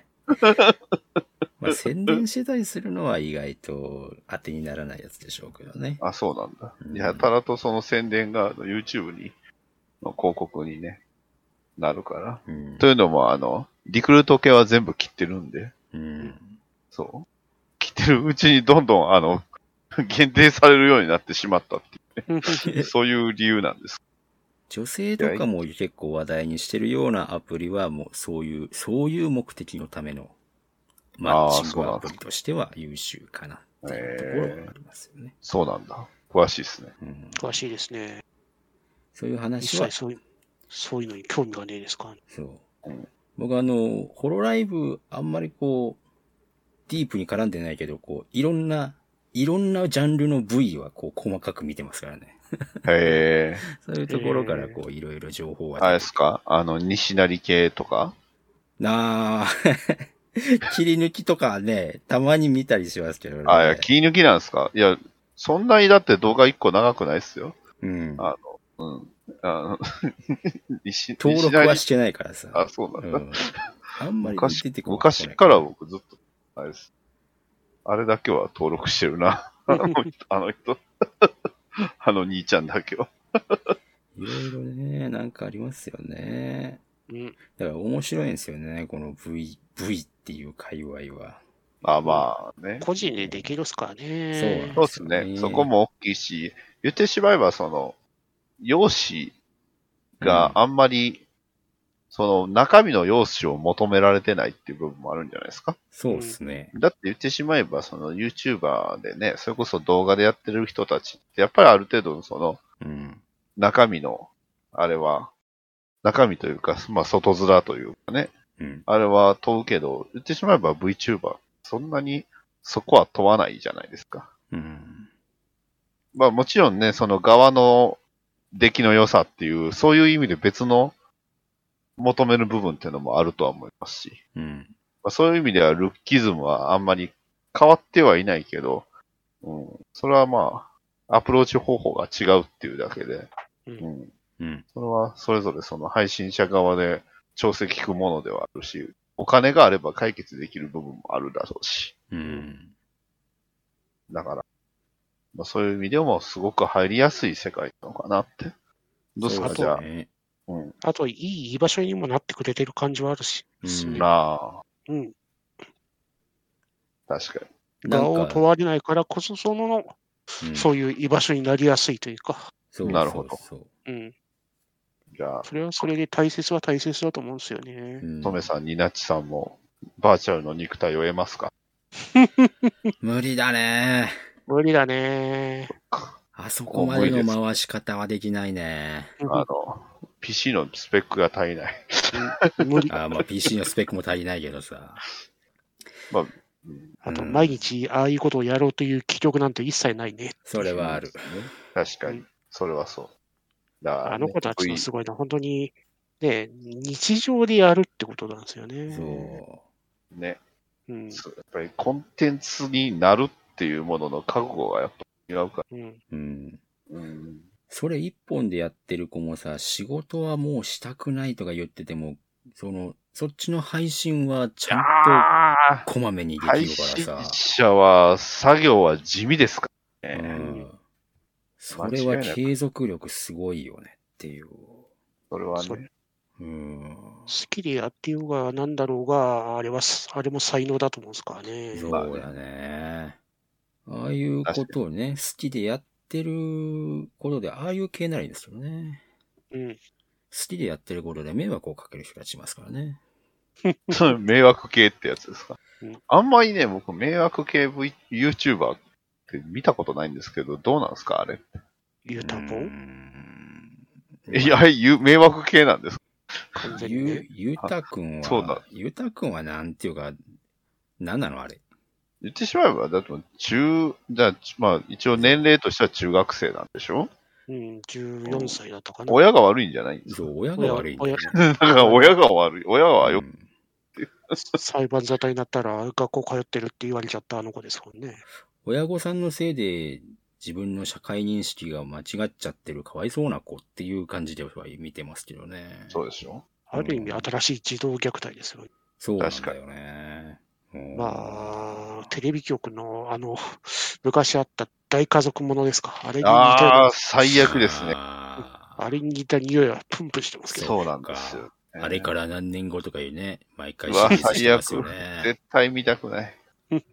まあ宣伝してたりするのは意外と当てにならないやつでしょうけどね。 あ、そうなんだ。 うんやたらとその宣伝が YouTube に、の広告にね、なるから。 うん、 というのも、あの、リクルート系は全部切ってるんで、 うん、 そう。切ってるうちにどんどん、あの、限定されるようになってしまったっていうね。そういう理由なんです。 女性とかも結構話題にしてるようなアプリはもうそういう、そういう目的のためのマッチングアプリとしては優秀かなっていうところがありますよね。 そうなんだ。詳しいですね。 うん、 詳しいですね。 そういう一話は切そういう、そういうのに興味がねえですか、 そう。 うん、 僕あの、ホロライブあんまりこう、ディープに絡んでないけど、こう、いろんな、いろんなジャンルの部位はこう、細かく見てますからね。 へえ。 そういうところからこう、いろいろ情報は出てあれですか？あの、西成系とかなあ、切り抜きとかね、たまに見たりしますけどね。 あ、いや、切り抜きなんですか？いや、そんなにだって動画いっこ長くないっすよ。 うん。 あの、うん。あの西登録はしてないからさ。 あ、そうなんだ。 うん、あんまり出てこない。 昔から僕ずっと、あれです。あれだけは登録してるな。あの人、あの人。あの兄ちゃんだけは。 いろいろね、なんかありますよね。 うん。 だから面白いんですよね、この V、V っていう界隈は。 あ、まあね。 個人でできるっすからね。 そうそうですね。そこも大きいし、言ってしまえばその、容姿があんまり、うん、その中身の容姿を求められてないっていう部分もあるんじゃないですか。 そうですね。 だって言ってしまえば、その YouTuber でね、それこそ動画でやってる人たちって、やっぱりある程度のその、 うん、 中身の、あれは、中身というか、まあ外面というかね、 うん、 あれは問うけど、言ってしまえば VTuber、そんなにそこは問わないじゃないですか。 うん、 まあもちろんね、その側の出来の良さっていう、そういう意味で別の求める部分っていうのもあるとは思いますし、 うんまあ、そういう意味ではルッキズムはあんまり変わってはいないけど、うん、それはまあ、アプローチ方法が違うっていうだけで、うんうん、 それはそれぞれその配信者側で調整効くものではあるし、お金があれば解決できる部分もあるだろうし、 うん、 だから、まあ、そういう意味でもすごく入りやすい世界なのかなって。どうですか、じゃあ。うん、 あと、いい居場所にもなってくれてる感じはあるし。 うん、 なあ。 うん。 確かに。 場を問われないからこそ、その、 うん、 そういう居場所になりやすいというか。 そうなるほどそうそう。 うん。 じゃあ、 それはそれで大切は大切だと思うんですよね。 うん、 トメさん、ニナッチさんも、バーチャルの肉体を得ますか？ 無理だね。 無理だね。 あそこまでの回し方はできないね。 あの、ピーシー のスペックが足りない。 無理。 あまあ ピーシー のスペックも足りないけどさ。 まあ、 あと、毎日ああいうことをやろうという気力なんて一切ないね。 それはある。 確かに。それはそう。だからね、 あの子たちのすごいのは本当に、ね、日常でやるってことなんですよね。 そね、 う。ん。 やっぱりコンテンツになるっていうものの覚悟がやっぱ違うから。 うん。 う。うん。 うん。 それ一本でやってる子もさ、仕事はもうしたくないとか言ってても、その、そっちの配信はちゃんとこまめにできるから配さ。 信者は作業は地味ですからね。 ううんん。それは継続力すごいよねっていう。 それはそね。 うん。 好きでやってようがなんだろうが、あれは、あれも才能だと思うんですからね。 そうだね。ああいうことをね、好きでやってることで、ああいう系ならいいんですよね。 うん。 好きでやってることで迷惑をかける人たちいますからね。 迷惑系ってやつですか。 うん、あんまりね、僕、迷惑系 v YouTuber って見たことないんですけど、どうなんですかあれ。 ゆうたぽんいや、ゆ迷惑系なんですか？ 完全にね。 ゆ、ゆうたくんそうだは、ゆうたくんはなんていうか、なんなのあれ。 言ってしまえば、だって中、じゃあ、まあ、一応年齢としては中学生なんでしょ？ うん、じゅうよんさいだったかな。 親が悪いんじゃないんですか？ そう、親が悪いんだよね。 だから親が悪い。親はよく、 うん裁判沙汰になったら学校通ってるって言われちゃったあの子ですもんね。 親御さんのせいで自分の社会認識が間違っちゃってるかわいそうな子っていう感じでは見てますけどね。 そうでしょ？ ある意味新しい児童虐待ですよね。 そうなんだよね。 まあ、テレビ局のあの、昔あった大家族ものですか。あれに似たようあなあ、、最悪ですね。 ああれに似た匂いはプンプンしてますけど。 そうなんですよ。 あれから何年後とかいうね、毎回うわ、 シリーズして最ますよ悪。 ね。 絶対見たくない。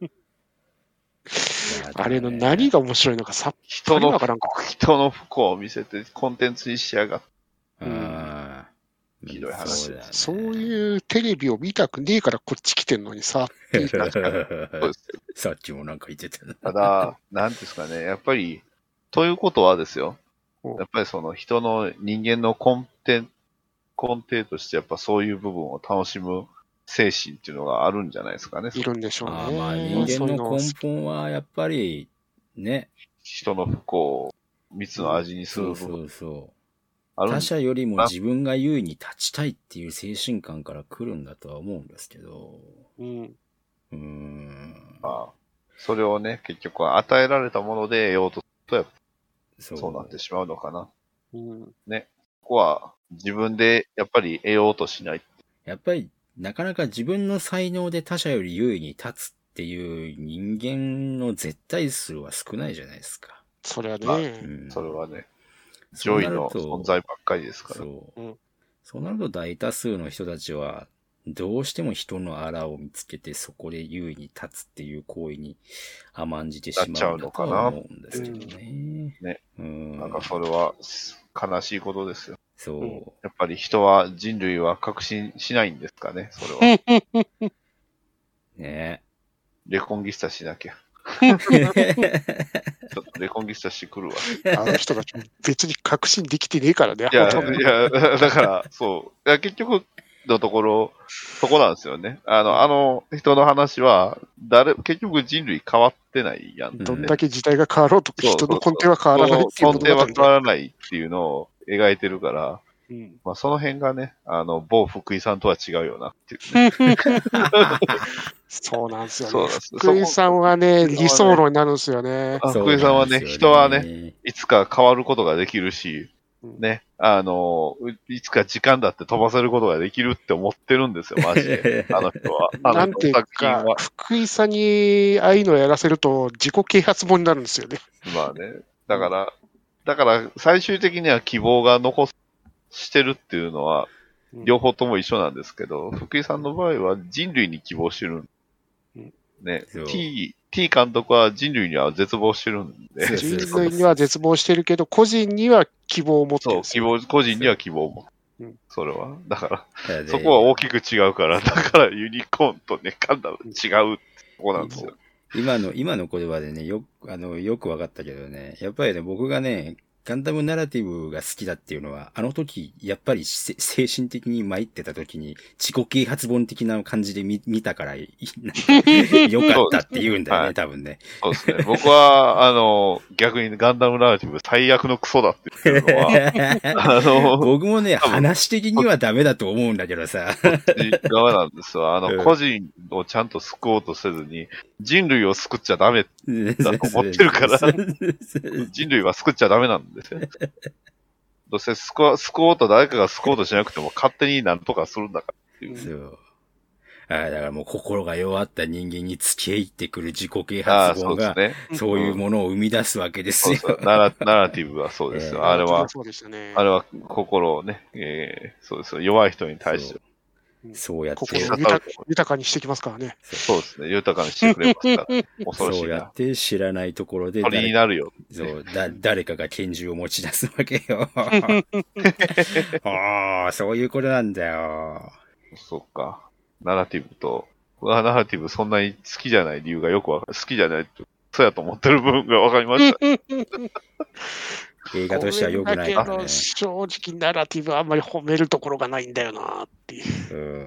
あれの何が面白いのかさっ人のぱりわからんか。 人の不幸を見せてコンテンツにしやがって。 ああ。 ひどい話そうだね。 そういうテレビを見たくねえからこっち来てんのにさ。っていう確かにそうですよ。 さっきもなんか言ってたな。 ただ、なんですかね、やっぱり、ということはですよ。 うんやっぱりその人の人間の根底、根底としてやっぱそういう部分を楽しむ精神っていうのがあるんじゃないですかね。 いるんでしょうね。 ああまあ人間の根本はやっぱりね。 人の不幸を蜜の味にする部分そうそうそう。 あるん他者よりも自分が優位に立ちたいっていう精神観から来るんだとは思うんですけど。 うん。 うーん。 まあ、それをね、結局は与えられたもので得ようとするとやっぱそうそうなってしまうのかな。 うん。 ね。ここは自分でやっぱり得ようとしない。 やっぱりなかなか自分の才能で他者より優位に立つっていう人間の絶対数は少ないじゃないですか。 それはね。 まあうんそれはね、 そう上位のなると存在ばっかりですから。 そう。 うんそうなると大多数の人たちは、どうしても人のあらを見つけてそこで優位に立つっていう行為に甘んじてしまうんだとは思うんですけどね。 ね。 うん。 なんかそれは悲しいことですよ。 そう。 やっぱり人は、人類は確信しないんですかね、それは。 ねレコンギスタしなきゃ。ちょっとレコンギスタしてくるわ。 あの人たち別に確信できてねえからね。 いや、 ほとんどいや、だから、そう。いや結局のところ、そこなんですよね。あの、あの人の話は、誰、結局人類変わってないやん、ね。 どんだけ時代が変わろうと、 そう人の根底は変わらないっていう根底は変わららないっていうのを描いてるから、 うん、 まあその辺がね、あの、某福井さんとは違うよなっていう、ね。 そうなんですよね。 そうなんです福井さんはね、理想論になるんですよね。 あ福井さんはね、人はね、いつか変わることができるし、ね、あの、いつか時間だって飛ばせることができるって思ってるんですよ、マジで。あの人は。あのなんていうか、福井さんにああいうのをやらせると自己啓発本になるんですよね。 まあね。だから、だから最終的には希望が残してるっていうのは、両方とも一緒なんですけど、福井さんの場合は人類に希望してる。 ね、 そう T、T 監督は人類には絶望してるんで、 そう人類には絶望してるけど、個人には希望を持ってるそう、 んですよ。 希望、個人には希望を持つ。 うんそれは。だから、 ただねそこは大きく違うから、だからユニコーンとね、ガンダム違うってとこなんですよ。 今の、今の言葉でね、よく、あの、よくわかったけどね、やっぱりね、僕がね、ガンダムナラティブが好きだっていうのは、あの時、やっぱりせ精神的に参ってた時に、自己啓発本的な感じで見見たから、いなんか、よかったって言うんだよね、 はい多分ね。 そうですね。僕は、あの、逆にガンダムナラティブ最悪のクソだって言ってるのは、あの、 僕もね、 多分話的にはダメだと思うんだけどさ。 側なんですよ。あの、 うん個人をちゃんと救おうとせずに、人類を救っちゃダメ。だと思ってるから人類は救っちゃダメなんですよ。どうせ救わ救おうと誰かが救おうとしなくても勝手になんとかするんだからっていう。 そう。ああ、だからもう心が弱った人間に付き合ってくる自己啓ああ、 発本が、 そうですね。 そういうものを生み出すわけですよ。 そうそう。ナラ、ナラティブはそうですよ。 えーあれは、 そうでしたね。 あれは心をね、えー、そうですよ。弱い人に対して。 そうやって、 心を豊か豊かにしてきますからね。 そうですね。豊かにしてくれますから。恐ろしいなそうやっ。て知らないところで鳥に誰なるよ。 そうだ誰かが拳銃を持ち出すわけよ。ああ、そういうことなんだよ。 そっか。ナラティブと、ナラティブそんなに好きじゃない理由がよくわかる。好きじゃないって、そうやと思ってる部分がわかりました。 映画としては良くないからねだけど、。正直ナラティブはあんまり褒めるところがないんだよなっていう。 うん、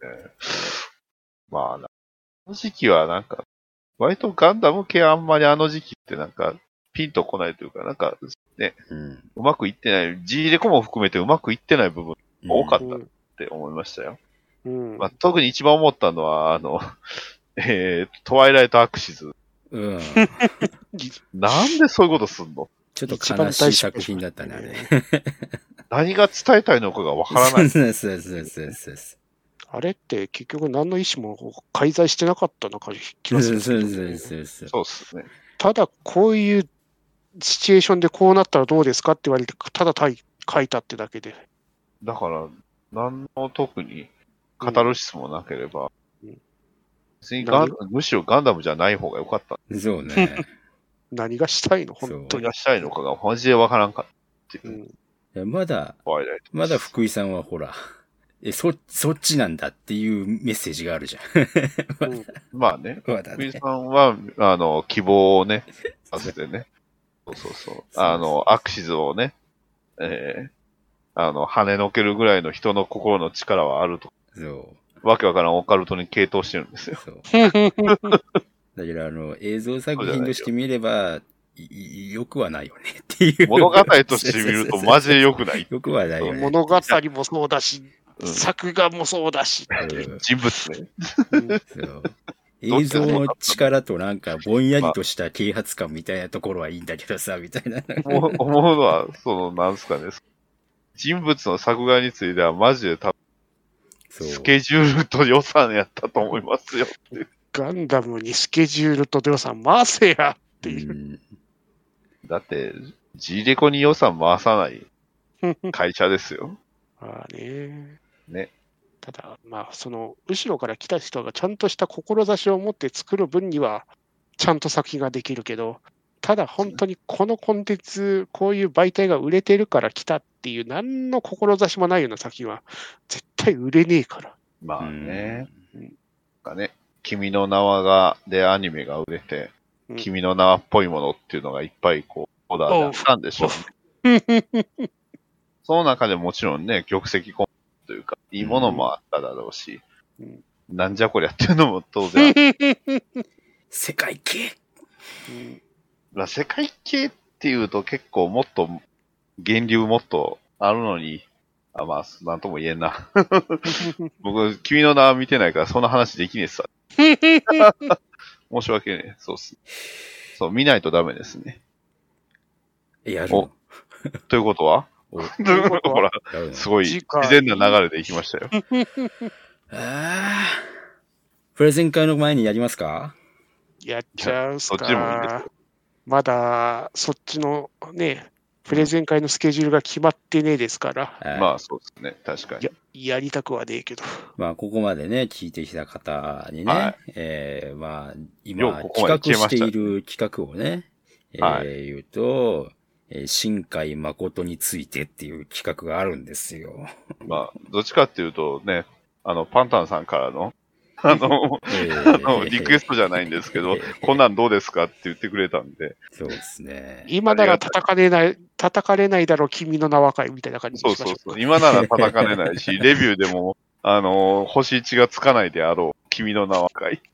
まあな、あの時期はなんか、割とガンダム系あんまりあの時期ってなんか、ピンとこないというか、なんか、ね、 うん、 うまくいってない、G レコも含めてうまくいってない部分多かったうんって思いましたよ。 うんまあ、特に一番思ったのは、あの、えー、トワイライトアクシズ。 うん。 なんでそういうことすんのちょっと悲しい作品だったね、あれ。 何が伝えたいのかがわからない。 そうそうそうそうそう。 あれって結局何の意思も介在してなかったな感じ気がするんですけどね、 そうそうそう。 そうっすね。 ただこういうシチュエーションでこうなったらどうですかって言われて、ただたい書いたってだけで。 だから、何の特にカタルシスもなければ、 うん別にガンむしろガンダムじゃない方が良かった。 そうね。 何がしたいの本当に何が。したいのかがマジでわからんかったっていうう。 んいやまだ、 トワイライトまだ福井さんはほら、え、そ、そっちなんだっていうメッセージがあるじゃん。 うんまあね。 まだね福井。さんは、あの、希望をね、させてね。そうそうそう。あの、アクシズをね、えー、あの、跳ねのけるぐらいの人の心の力はあると。 そう。 わけわからんオカルトに傾倒してるんですよ。 そう。だけど、あの、映像作品として見れば、いい良くはないよねっていう。 物語として見るとマジで良くない。 良くはないよね。 物語もそうだし、 うん作画もそうだし、 うん人物ね。 うんそう映像の力となんかぼんやりとした啓発感みたいなところはいいんだけどさ、みたいな。 思う思うのは、その、なんすかね。人物の作画についてはマジで多分そう。 スケジュールと予算やったと思いますよ。 ガンダムにスケジュールと予算回せやってういう。 んだって、G レコに予算回さない会社ですよ。 まあね。 ね。 ただ、まあ、その、後ろから来た人がちゃんとした志を持って作る分には、ちゃんと作品ができるけど、ただ本当にこのコンテンツ、こういう媒体が売れてるから来たっていう、何の志もないような作品は、絶対売れねえから。 まあね。 うんなんかね、君の名はが、でアニメが売れて、 うん君の名はっぽいものっていうのがいっぱいこう、オーダーであったんでしょうね。その中でもちろんね、玉石混というか、いいものもあっただろうし、 うんなんじゃこりゃっていうのも当然ある。 世界系うんまあ世界系っていうと結構もっと、源流もっとあるのに、あまあ、なんとも言えんな。僕、君の名は見てないからそんな話できねえさ。申し訳ねえ。そうっす。そう、見ないとダメですね。 やるのということはおほら、 やるのすごい次自回然な流れでいきましたよ。 ああ。プレゼン会の前にやりますか？ やっちゃうっすそっちでもいいですか。まだ、そっちのね、 プレゼン会のスケジュールが決まってねえですから。 はい、 まあそうですね、確かに。 や、やりたくはねえけど。 まあ、ここまでね、聞いてきた方にね、はい、えー、まあ、今、 ここ企画している企画をね、はい、えー、言うと、えー、新海誠についてっていう企画があるんですよ。 まあ、どっちかっていうとね、あの、パンタンさんからの、あの、えー、あのリクエストじゃないんですけど、えー、こんなんどうですかって言ってくれたんで。 そうですね。 今なら叩かれない、叩かれないだろう、君の名はかいみたいな感じにしましょう。 そうそうそう。今なら叩かれないし、レビューでも、あの、星いちがつかないであろう、君の名はかい。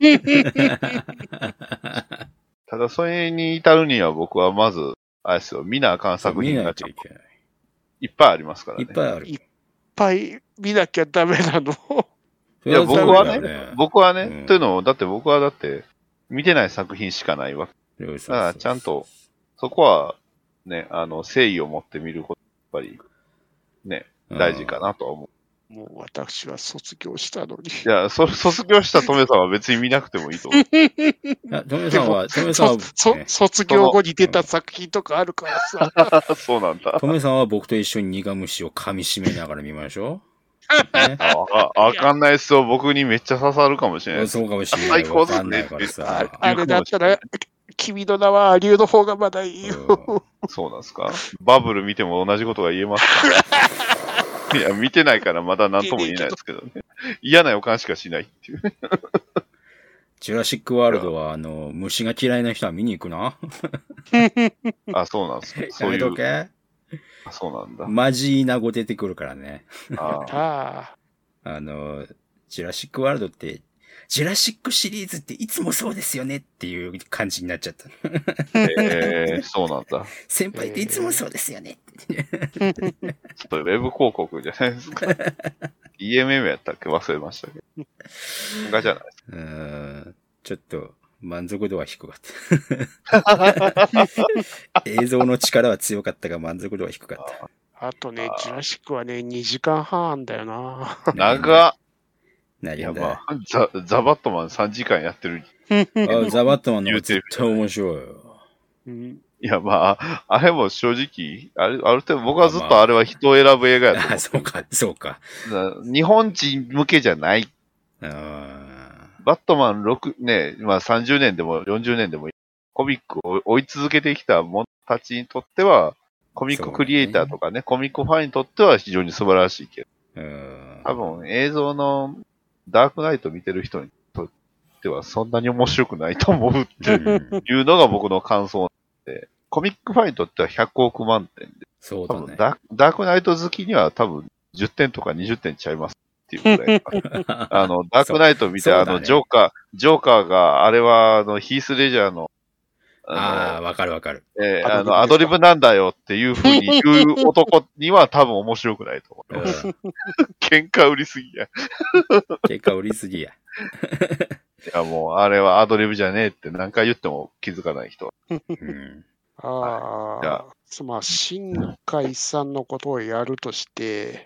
ただ、それに至るには僕はまず、あれですよ、見なあかん作品がちょっといっぱいありますからね。 いっぱいある。 いっぱい見なきゃダメなの。 いや、僕はね、ね僕はね、うん、というのも、だって僕はだって、見てない作品しかないわけ。だから、ちゃんと、そこは、ね、あの、誠意を持って見ること、やっぱり、ね、大事かなとは思う。 もう私は卒業したのに。 いや、そ卒業したトメさんは別に見なくてもいいと思う。 トメさんは、トメさんは、 ね、卒業後に出た作品とかあるからさ。 そうなんだ。 トメさんは僕と一緒に苦虫を噛み締めながら見ましょう。 ね、ああ、わかんないっすよ。僕にめっちゃ刺さるかもしれない。 そうかもしれない。 最高ですね。 あ, あれだったら、君の名は竜の方がまだいいよ。 うん、そうなんですか。バブル見ても同じことが言えますかいや、見てないからまだ何とも言えないですけどね。嫌な予感しかしないっていう。 ジュラシックワールドは、あの、虫が嫌いな人は見に行くな。 あ、そうなんですか。そういう。 やめとけ。 そうなんだ。 マジーナ語出てくるからね。 ああ。 あの、ジュラシックワールドって、ジュラシックシリーズっていつもそうですよねっていう感じになっちゃった。 えー、そうなんだ。 先輩っていつもそうですよね。 それウェブ広告じゃないですか。イーエムエム やったっけ忘れましたけど。がじゃないですか。 うん、ちょっと満足度は低かった。映像の力は強かったが満足度は低かった。 あとね、ジュラシックはね、にじかんはんあんだよな。 長っ。 いや、まあ、ザ、ザバットマンさんじかんやってる。 あ、ザバットマンの方が絶対面白いよ。 うん、 いや、まあ、あれも正直、あれ、ある程度、僕はずっとあれは人を選ぶ映画やと思う。 あ、そうか、そうか。 日本人向けじゃない。 あバットマンろく、ね、まあさんじゅうねんでもよんじゅうねんでもコミックを追い続けてきた者たちにとっては、コミッククリエイターとかね、コミックファンにとっては非常に素晴らしいけど、多分映像のダークナイト見てる人にとってはそんなに面白くないと思うっていうのが僕の感想で、コミックファンにとってはひゃくおくまんてんで、 そうだね、 ダークナイト好きには多分じゅってんとかにじゅってんちゃいますっていうぐらい。あの、ダークナイト見て、あの、ジョーカー、ジョーカーが、あれは、あの、ヒース・レジャーの、 ああ、わかるわかる。 えー、あの、アドリブなんだよっていう風に言う男には多分面白くないと思う。うん、喧嘩売りすぎや。 喧嘩売りすぎや。 いや、もう、あれはアドリブじゃねえって何回言っても気づかない人。うん、 ああ、じゃあ、まあ、新海さんのことをやるとして、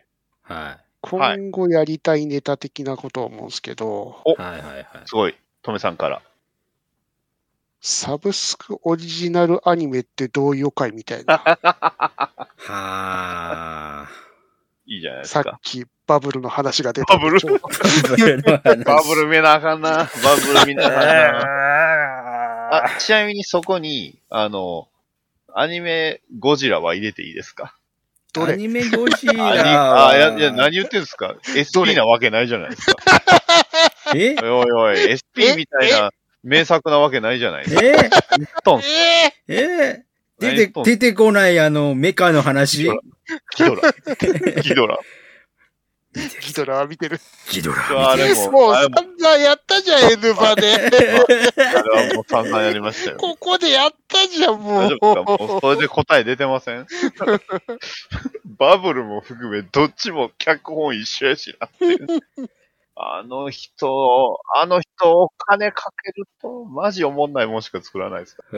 はい。 今後やりたいネタ的なことを思うんですけど、 お、はいはいはい。すごい。トメさんから。 サブスクオリジナルアニメってどういう回みたいな。 はあ。 いいじゃないですか。 さっきバブルの話が出た。 バブルバブル見なあかんな。バブル見なあかんな。あ、ちなみにそこに、あの、アニメゴジラは入れていいですか？ どれ？ アニメゴジラあ、いや、いや、何言ってんすか？ エスピー なわけないじゃないですか。 えおいおい、エスピー みたいな名作なわけないじゃないですか。 えええ出て、出てこないあの、メカの話？ ギドラ。ギドラ。 ギドラは見てる。 ギドラは見てる。 もう散々やったじゃん、N バで。 あれはもう散々やりましたよ。 ここでやったじゃん、もう。 大丈夫ですか？もうそれで答え出てません？バブルも含め、どっちも脚本一緒やしなっていう。あの人、あの人お金かけると、マジおもんないもんしか作らないですから。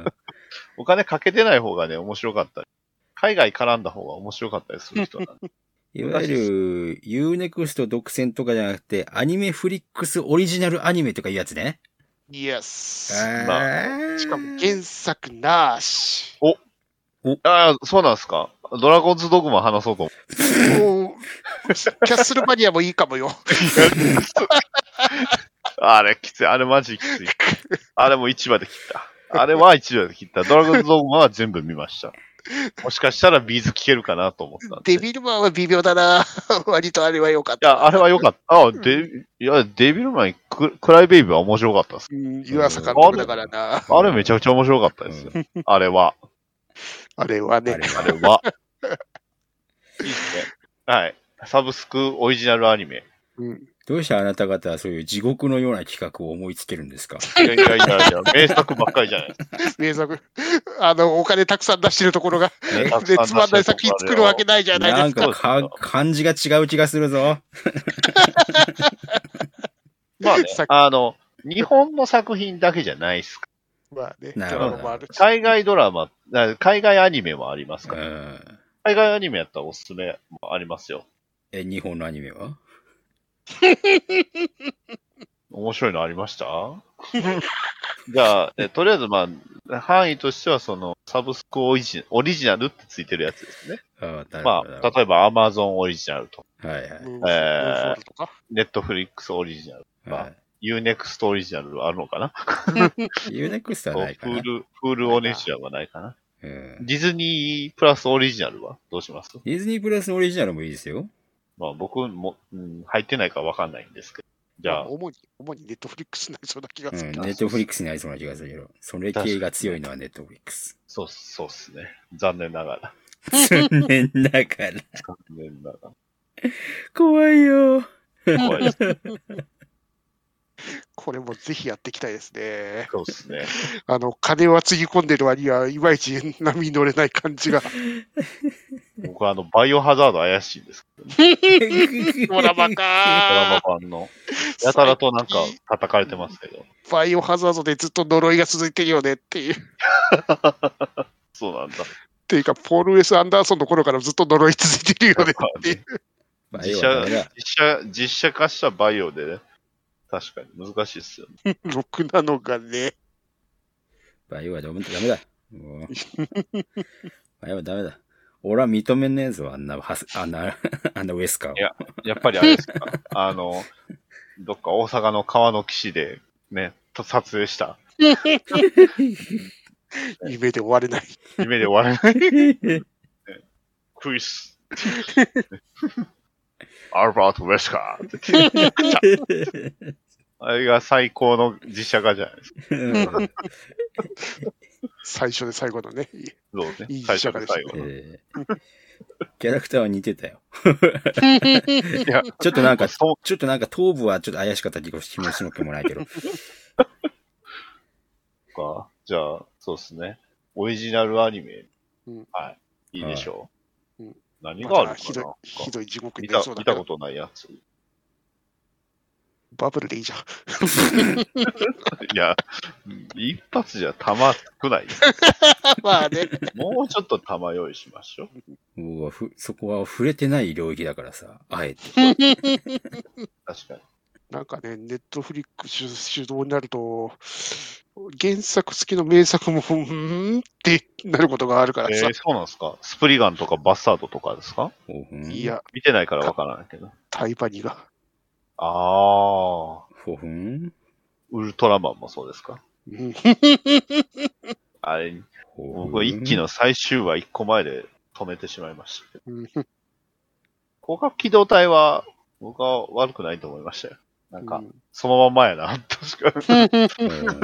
お金かけてない方がね、面白かったり。海外絡んだ方が面白かったりする人なんで。 いわゆる、ユーネクスト独占とかじゃなくて、アニメフリックスオリジナルアニメとかいうやつね。 イエス。 まあ、しかも原作なし。 おああ、そうなんですか。ドラゴンズドグマ話そうと思もう、キャッスルマニアもいいかもよ。 あれ、きつい。あれマジきつい。あれもいちわで切った。あれはいちわで切った。ドラゴンズドグマは全部見ました。もしかしたらビーズ聞けるかなと思ったんで。 デビルマンは微妙だな。割とあれは良かった。 いや、あれは良かった。あデいや、デビルマンク、クライベイビーは面白かったです。 うん、湯浅監督だからな。 あれめちゃくちゃ面白かったですよ。あれは。 あれはね。 あれは。いいですね。はい。サブスクオリジナルアニメ。 うん、 どうしてあなた方はそういう地獄のような企画を思いつけるんですか？ いやいやいやいや、名作ばっかりじゃないですか。 名作。あの、お金たくさん出してるところが、 ねで、つまんない作品作るわけないじゃないですか。 なんかか漢字が違う気がするぞ。 まあね、あの、日本の作品だけじゃないっすか。 まあね、 なるほどドラマもあるし。 海外ドラマ、海外アニメもありますうから。 ん。 海外アニメやったらおすすめもありますよ。 え、日本のアニメは？ 面白いのありましたじゃあえ、とりあえずまあ、範囲としてはその、サブスクオリジオリジナルってついてるやつですね。 ああ、 まあ、例えば Amazon オリジナルとか、 はいはい。 えー、Netflix オリジナルとか、 はい、 Unext オリジナルあるのかな Unext はないかな。 フール、フールオリジナルはないかな。 うん、 ディズニープラスオリジナルはどうします？ ディズニープラスのオリジナルもいいですよ。 まあ僕も、うん、入ってないかわかんないんですけど。じゃあ。 主に、主にネットフリックスになりそうな気がする。 うん、ネットフリックスになりそうな気がするけど、それ系が強いのはネットフリックス。 そう、そうっすね。残念ながら。 残念ながら。 残念ながら。 怖いよ。 怖いです。 これもぜひやっていきたいですね。 そうですね。 あの、金はつぎ込んでる割には、いまいち波に乗れない感じが。 僕はあの、バイオハザード怪しいんですけど、 ドラマかドラマ版の。やたらとなんか叩かれてますけど。 バイオハザードでずっと呪いが続いてるよねっていう。 そうなんだ。 っていうか、ポール・ウェス・アンダーソンの頃からずっっと呪い続いてるよねっていう。 実写、実写、実写化したバイオでね。確かに難しいっすよね。 ろくなのがね。 バイオはダメだ。ダメだ。もうバイオはダメだ。俺は認めねえぞ、あんな、あんな、あんなウエスカーを。 いや、やっぱりあれですか。あの、どっか大阪の川の岸でね、と撮影した。 夢で終われない。 夢で終われない。クリス。アルバート・ウェスカー。あれが最高の実写化じゃないですか。 最初で最後のね。 そうね。 いい実写化でしたね。 えー、キャラクターは似てたよ。いやちょっとなんか、ちょっとなんか頭部はちょっと怪しかった気がしもしなくもないけど。 かじゃあ、そうですね。オリジナルアニメ。 うん、 はい。いいでしょう。 うん、 何があるかな、 ひどい、ひどい地獄に見た見たことないやつ。 バブルでいいじゃん。 いや、一発じゃ弾少ない。 まあね。 もうちょっと弾用意しましょう。もうふそこは触れてない領域だからさ、あえて。 確かに。 なんかね、ネットフリックス主導になると、原作付きの名作も、ふーんってなることがあるからさ。 えー、そうなんですか。スプリガンとかバスタードとかですか？ いや、 見てないからわからないけど。 タイバニが。 ああ。 ほふん。 ウルトラマンもそうですか？あれ、僕一期の最終話一個前で止めてしまいましたけど。広角機動隊は僕は悪くないと思いましたよ。なんか、そのまんまやな、確かに。広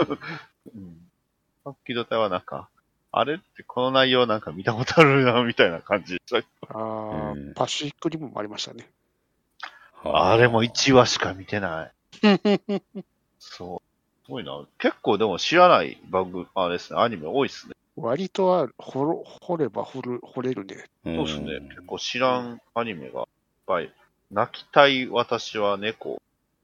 角機動隊はなんか、あれってこの内容なんか見たことあるな、みたいな感じでした。 ああ、パシフィックリムもありましたね。 あれもいちわしか見てない。そう。すごいな。結構でも知らない番組、あれですね、アニメ多いですね。 割とは、掘ろ、掘れば掘る、掘れるね。 そうですね。結構知らんアニメがいっぱい。泣きたい私は猫。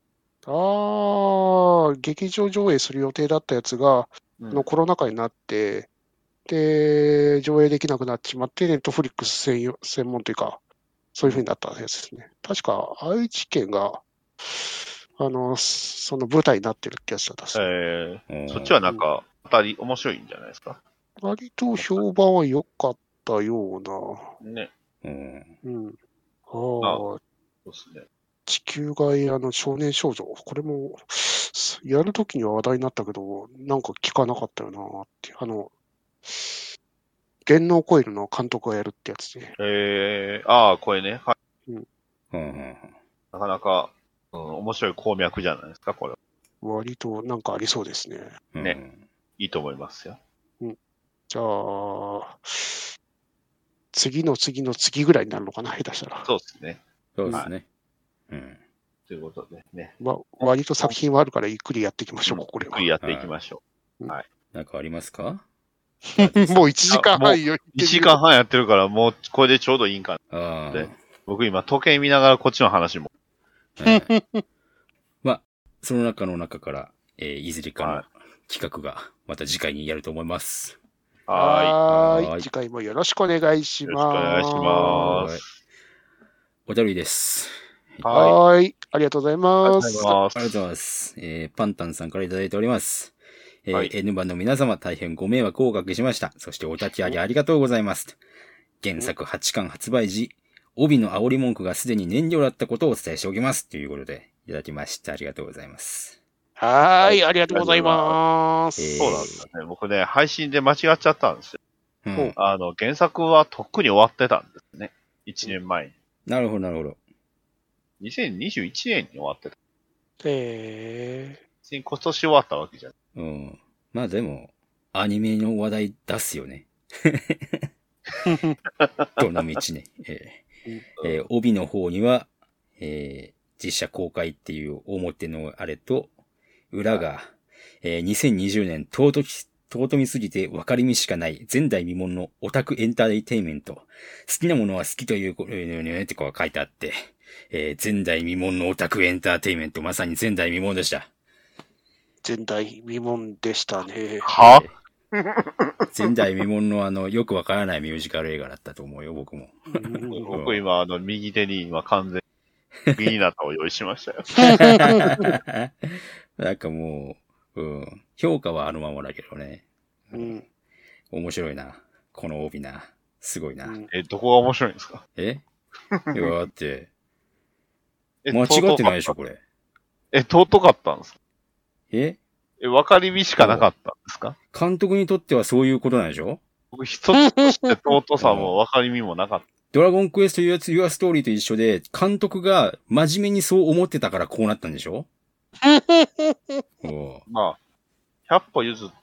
ああ、劇場上映する予定だったやつが、うん、のコロナ禍になって、で、上映できなくなっちまって、ネットフリックス専用専門というか、そういうふうになったやつですね。確か、愛知県が、あの、その舞台になってるってやつだったっすね。 えー、そっちはなんか、当たり面白いんじゃないですか。 割と評判は良かったような。ね。 うん。 うん。ああ。 そうですね。 地球外あの少年少女。これも、やるときには話題になったけど、なんか聞かなかったよなって。あの、電脳コイルの監督がやるってやつで。 えー、ああ、これね。はい。 うんうん、 なかなか、うん、面白い鉱脈じゃないですか、これ。 割となんかありそうですね。 ね。うん、いいと思いますよ。 うん。じゃあ、次の次の次ぐらいになるのかな、下手したら。 そうですね。 そうですね。はい、うん。 ということでね。 まあ、割と作品はあるからゆっくりやっていきましょう、うん、これは。 ゆっくりやっていきましょう。はい。 なんかありますかもういちじかんはんよ。 いちじかんはんやってるから、もうこれでちょうどいいんかなって。僕今時計見ながらこっちの話も。 まあ、その中の中から、えー、いずれかの企画がまた次回にやると思います。 はい。はい。次回もよろしくお願いします。 よろしくお願いします。 おたるいです。 はい。ありがとうございます。 ありがとうございます。えー、パンタンさんからいただいております。えーはい、N 番の皆様大変ご迷惑をおかけしました。そしてお立ち上げありがとうございます。原作はちかん発売時、帯の煽り文句がすでに燃料だったことをお伝えしておきます。ということで、いただきました。ありがとうございます。 はい、ありがとうございます。 えー、そうなんですね。僕ね、配信で間違っちゃったんですよ。うん、あの、原作はとっくに終わってたんですね。いちねんまえに。 なるほど、なるほど。 にせんにじゅういちねんに終わってた。 へえー。今年終わったわけじゃん。 うん。まあでも、アニメの話題出すよね。どの道ね。えーえー、帯の方には、えー、実写公開っていう表のあれと、裏が、えー、にせんにじゅうねん尊き、尊みすぎて分かりみしかない前代未聞のオタクエンターテインメント。好きなものは好きということねってこう書いてあって、えー、前代未聞のオタクエンターテインメント、まさに前代未聞でした。 前代未聞でしたね。 は前代未聞のあの、よくわからないミュージカル映画だったと思うよ、僕も。 僕今、あの、右手に今完全にミニナタを用意しましたよ。 なんかもう、うん、評価はあのままだけどね。 うん。 面白いな。この帯な。すごいな。うん、 え、どこが面白いんですか？ えいや、だって、間違ってないでしょ、これ。 え、尊かったんですか？ ええ、分かりみしかなかったんですか？ 監督にとってはそういうことなんでしょ？ 僕一つとして尊さも分かりみもなかった。 ドラゴンクエストユアストーリーと一緒で、監督が真面目にそう思ってたからこうなったんでしょ？ まあ、ひゃっぽ譲って、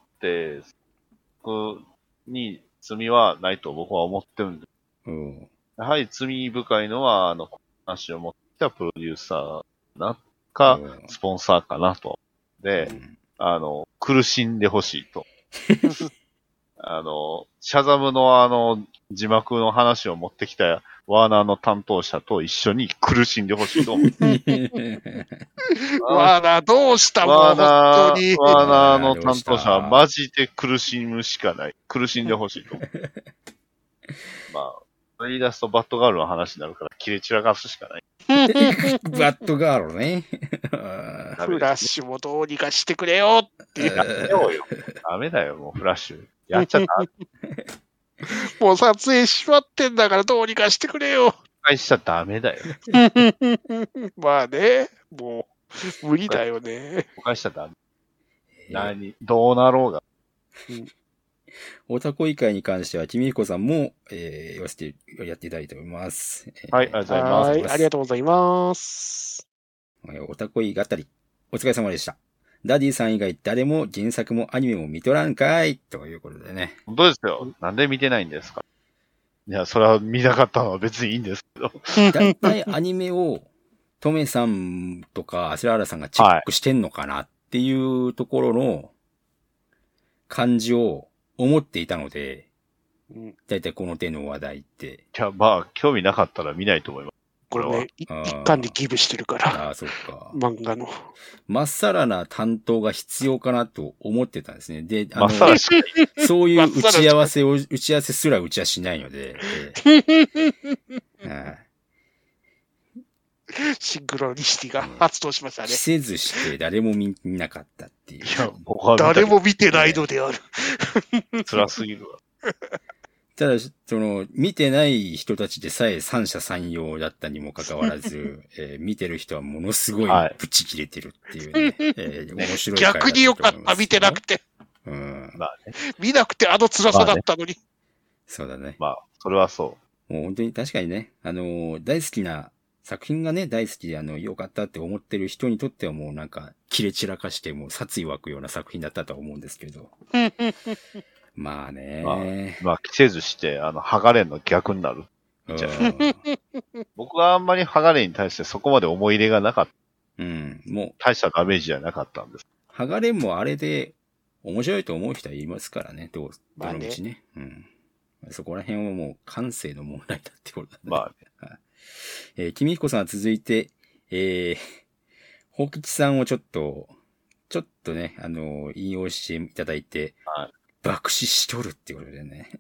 僕に罪はないと僕は思ってるんです。 うん、 やはり罪深いのは、あの、話を持ってきたプロデューサーなか、スポンサーかなと。で、うん、あの、苦しんでほしいと。あの、シャザムのあの、字幕の話を持ってきたワーナーの担当者と一緒に苦しんでほしいと思う。 ワーナーどうしたもん、 ワーナー、 本当に。 ワーナーの担当者はマジで苦しむしかない。苦しんでほしいと思う。まあ、言い出すとバッドガールの話になるから切れ散らかすしかない。 バッドガールね。 フラッシュもどうにかしてくれよってやめようよ。ダメだよ、もうフラッシュ。やっちゃった。 もう撮影しまってんだからどうにかしてくれよ。 返しちゃダメだよ。 まあね、もう無理だよね。 返しちゃダメ。何、どうなろうが。 オタコイ会に関しては、君彦さんも、えー、言わせて、やっていただいております。 はい、ありがとうございます。 はい、ありがとうございます。 オタコイ語り、お疲れ様でした。ダディさん以外誰も原作もアニメも見とらんかいということでね。 本当ですよ。なんで見てないんですか？いや、それは見なかったのは別にいいんですけど。 だいたいアニメを、トメさんとかアスラーラさんがチェックしてんのかなっていうところの感じを思っていたので、だいたいこの手の話題って。 いや、まあ、興味なかったら見ないと思います。 これね、一巻でギブしてるから。 ああ、そっか。 漫画の。 まっさらな担当が必要かなと思ってたんですね。で、 あの、 そういう打ち合わせを、打ち合わせすらうちはしないので。 シンクロニシティが発動しましたね。 着せずして誰も見なかったっていう。 いや、僕は誰も見てないのである。 辛すぎるわ。 ただ、その、見てない人たちでさえ三者三様だったにもかかわらず、えー見てる人はものすごいブチ切れてるっていうね。えー面白い回だったと思いますよ。 逆によかった、見てなくて。 うん。 まあね。 見なくてあの辛さだったのに。 そうだね。 まあ、それはそもう本当に確かにね、あのー大好きな、作品がね、大好きで、あの、良かったって思ってる人にとってはもうなんか、切れ散らかして、もう殺意湧くような作品だったとは思うんですけど。まあねまあ、まあ、着せずして、あの、ハガレンの逆になる。 うん僕はあんまりハガレンに対してそこまで思い入れがなかった。 うん。もう、 大したダメージじゃなかったんです。 ハガレンもあれで面白いと思う人はいますからね、どう、 まあねどのうちね。うん。そこら辺はもう感性の問題だってことだね。 まあ、 はいえー、君彦さんは続いて、えー、宝吉さんをちょっと、ちょっとね、あのー引用していただいて、 はい、 爆死しとるってことでね。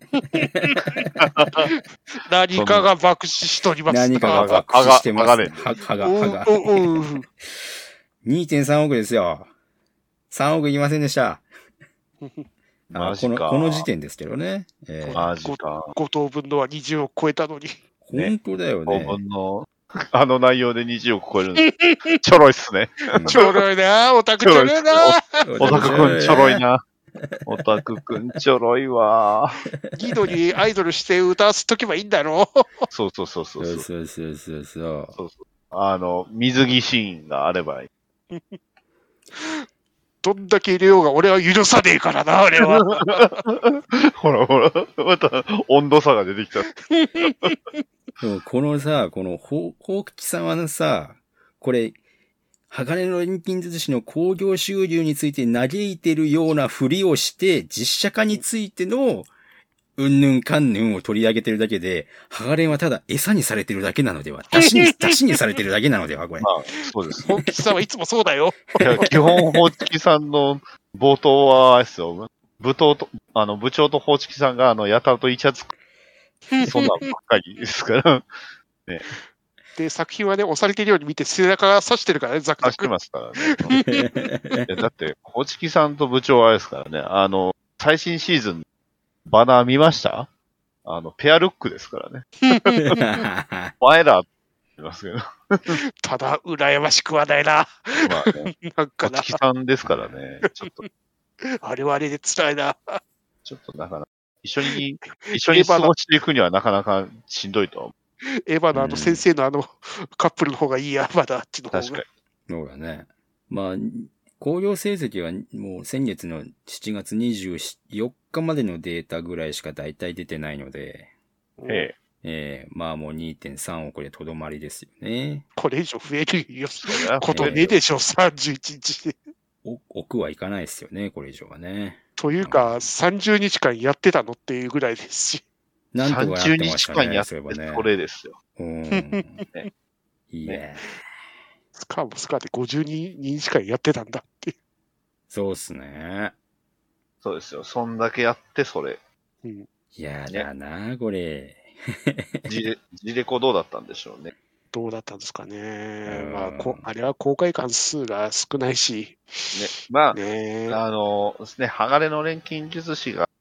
何かが爆死しとります。 何かが爆死してます、ね。は、はが、はが。にてんさんおくですよ。さんおくいきませんでした。あこの、この時点ですけどね。 えー、マジか。 ご等分のはにじゅうおく超えたのに。 本当だよね。 ご等分の、あの内容でにじゅうおく超えるの。ちょろいっすね。 ちょろいなオタクちょろいなオタクくんちょろいな。オタクくんちょろいわ。 ギドにアイドルして歌わせとけばいいんだろそうそうそうそう。 そうそうそうそうそう。 そうそうあの、水着シーンがあればいい。 どんだけ入れようが俺は許さねえからな、あれは。 ほらほら、また温度差が出てきた。 でもこのさ、このほうきさんはさ、これ、鋼の錬金術師の興行収入について嘆いてるようなふりをして、実写化についての、うんぬんかんぬんを取り上げてるだけで、鋼はただ餌にされてるだけなのでは出汁に、出汁にされてるだけなのではこれ。 まあ、そうです。 宝吉さんはいつもそうだよ。 いや基本、宝吉さんの冒頭は、あれですよ。部長と、あの、部長と宝吉さんが、あの、やたらとイチャつく。そんなんばっかりですから。ね。 で、作品はね、押されてるように見て背中が刺してるからね、ザクザク。 刺してますからね。だって、宝吉さんと部長はあれですからね。あの、最新シーズン、バナー見ましたあの、ペアルックですからね。前ら、言いますけど。 ただ、羨ましくはないな。 まあね。 なんかな。 宝吉さんですからね。ちょっと。 あれはあれで辛いな。 ちょっとなかなか、一緒に、一緒に過ごしていくにはなかなかしんどいと思う。 エヴァのあの先生のあのカップルの方がいいや、まだあっちの方が。 確かに。 そうだね。まあ、興行成績はもう先月のしちがつにじゅうよっかまでのデータぐらいしか大体出てないので、 ええ。 ええまあもう にてんさんおくでとどまりですよね。 これ以上増えるよ。ことねえでしょ、さんじゅういちにちで。 お奥はいかないですよね、これ以上はね。 というか、うん、さんじゅうにちかんやってたのっていうぐらいですし。 なんとかやってましたね。さんじゅうにちかんやってこれですよ。 うん。ね、いや、ね、 スカもスカでごじゅうににちかんやってたんだって。 そうっすね。 そうですよ。そんだけやってそれ。 うん、 いやだな、これ。 ジレ、ジレコどうだったんでしょうね。 どうだったんですかね。まあ、こあれは公開関数が少ないし。 ね、まあ、 ね、 あのですね、鋼の錬金術師が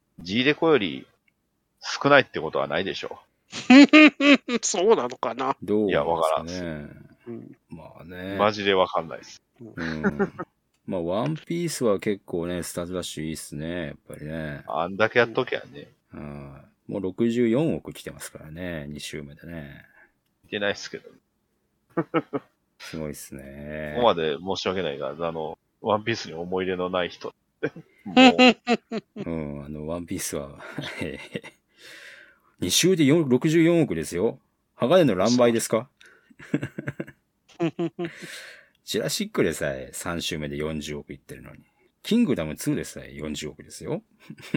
G レコより少ないってことはないでしょう。そうなのかな。 どう、ね、 いや、わからんす、 うん。まあね。 マジでわかんないです。 うん。まあ、ワンピースは結構ね、スタートダッシュいいっすね、やっぱりね。 あんだけやっときゃね。 うん。もうろくじゅうよんおく来てますからね、に週目でね。 いけないっすけど。 すごいっすね。 ここまで申し訳ないが、あの、ワンピースに思い入れのない人。もう。うん、あの、ワンピースは、に週でろくじゅうよんおくですよ。鋼の乱売ですかジュラシックでさえさん週目でよんじゅうおくいってるのに。キングダムツーでさえよんじゅうおくですよ。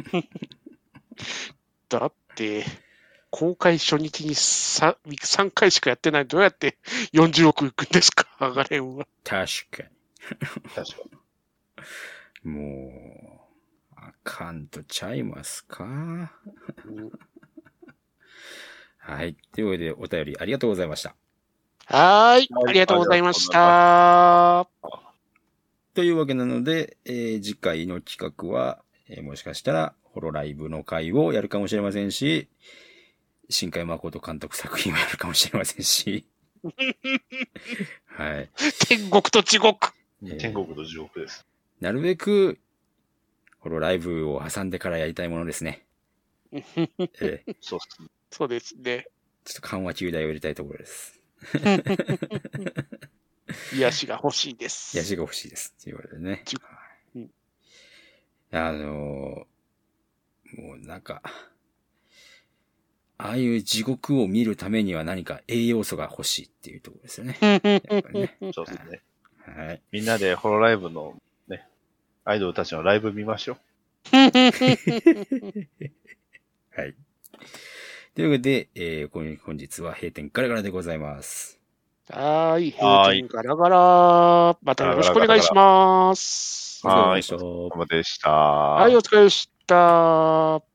だって、公開初日に 3, さんかいしかやってない。どうやってよんじゅうおくいくんですか、ハガレンは。 確かに。確かに。もう、あかんとちゃいますか、うん、はい。というわけでお便りありがとうございました。 はい。ありがとうございました。 というわけなので、えー、次回の企画は、えー、もしかしたら、ホロライブの回をやるかもしれませんし、新海誠監督作品をやるかもしれませんし。はい。 天国と地獄。 えー、天国と地獄です。 なるべく、ホロライブを挟んでからやりたいものですね。えー、 そうですね。 そうですね。 ちょっと緩和球大を入れたいところです。 癒しが欲しいです。 癒しが欲しいです。ということでね。うん、あのー、もうなんか、ああいう地獄を見るためには何か栄養素が欲しいっていうところですよね。やっぱりね。 そうですね。 はい。 みんなでホロライブのね、アイドルたちのライブ見ましょう。 はい。というわけで、えー、本日は閉店ガラガラでございます。 はい。閉店ガラガラ。またよろしくお願いします。 はい。お疲れ様でした。 お疲れ様でした。 はい、お疲れ様でした。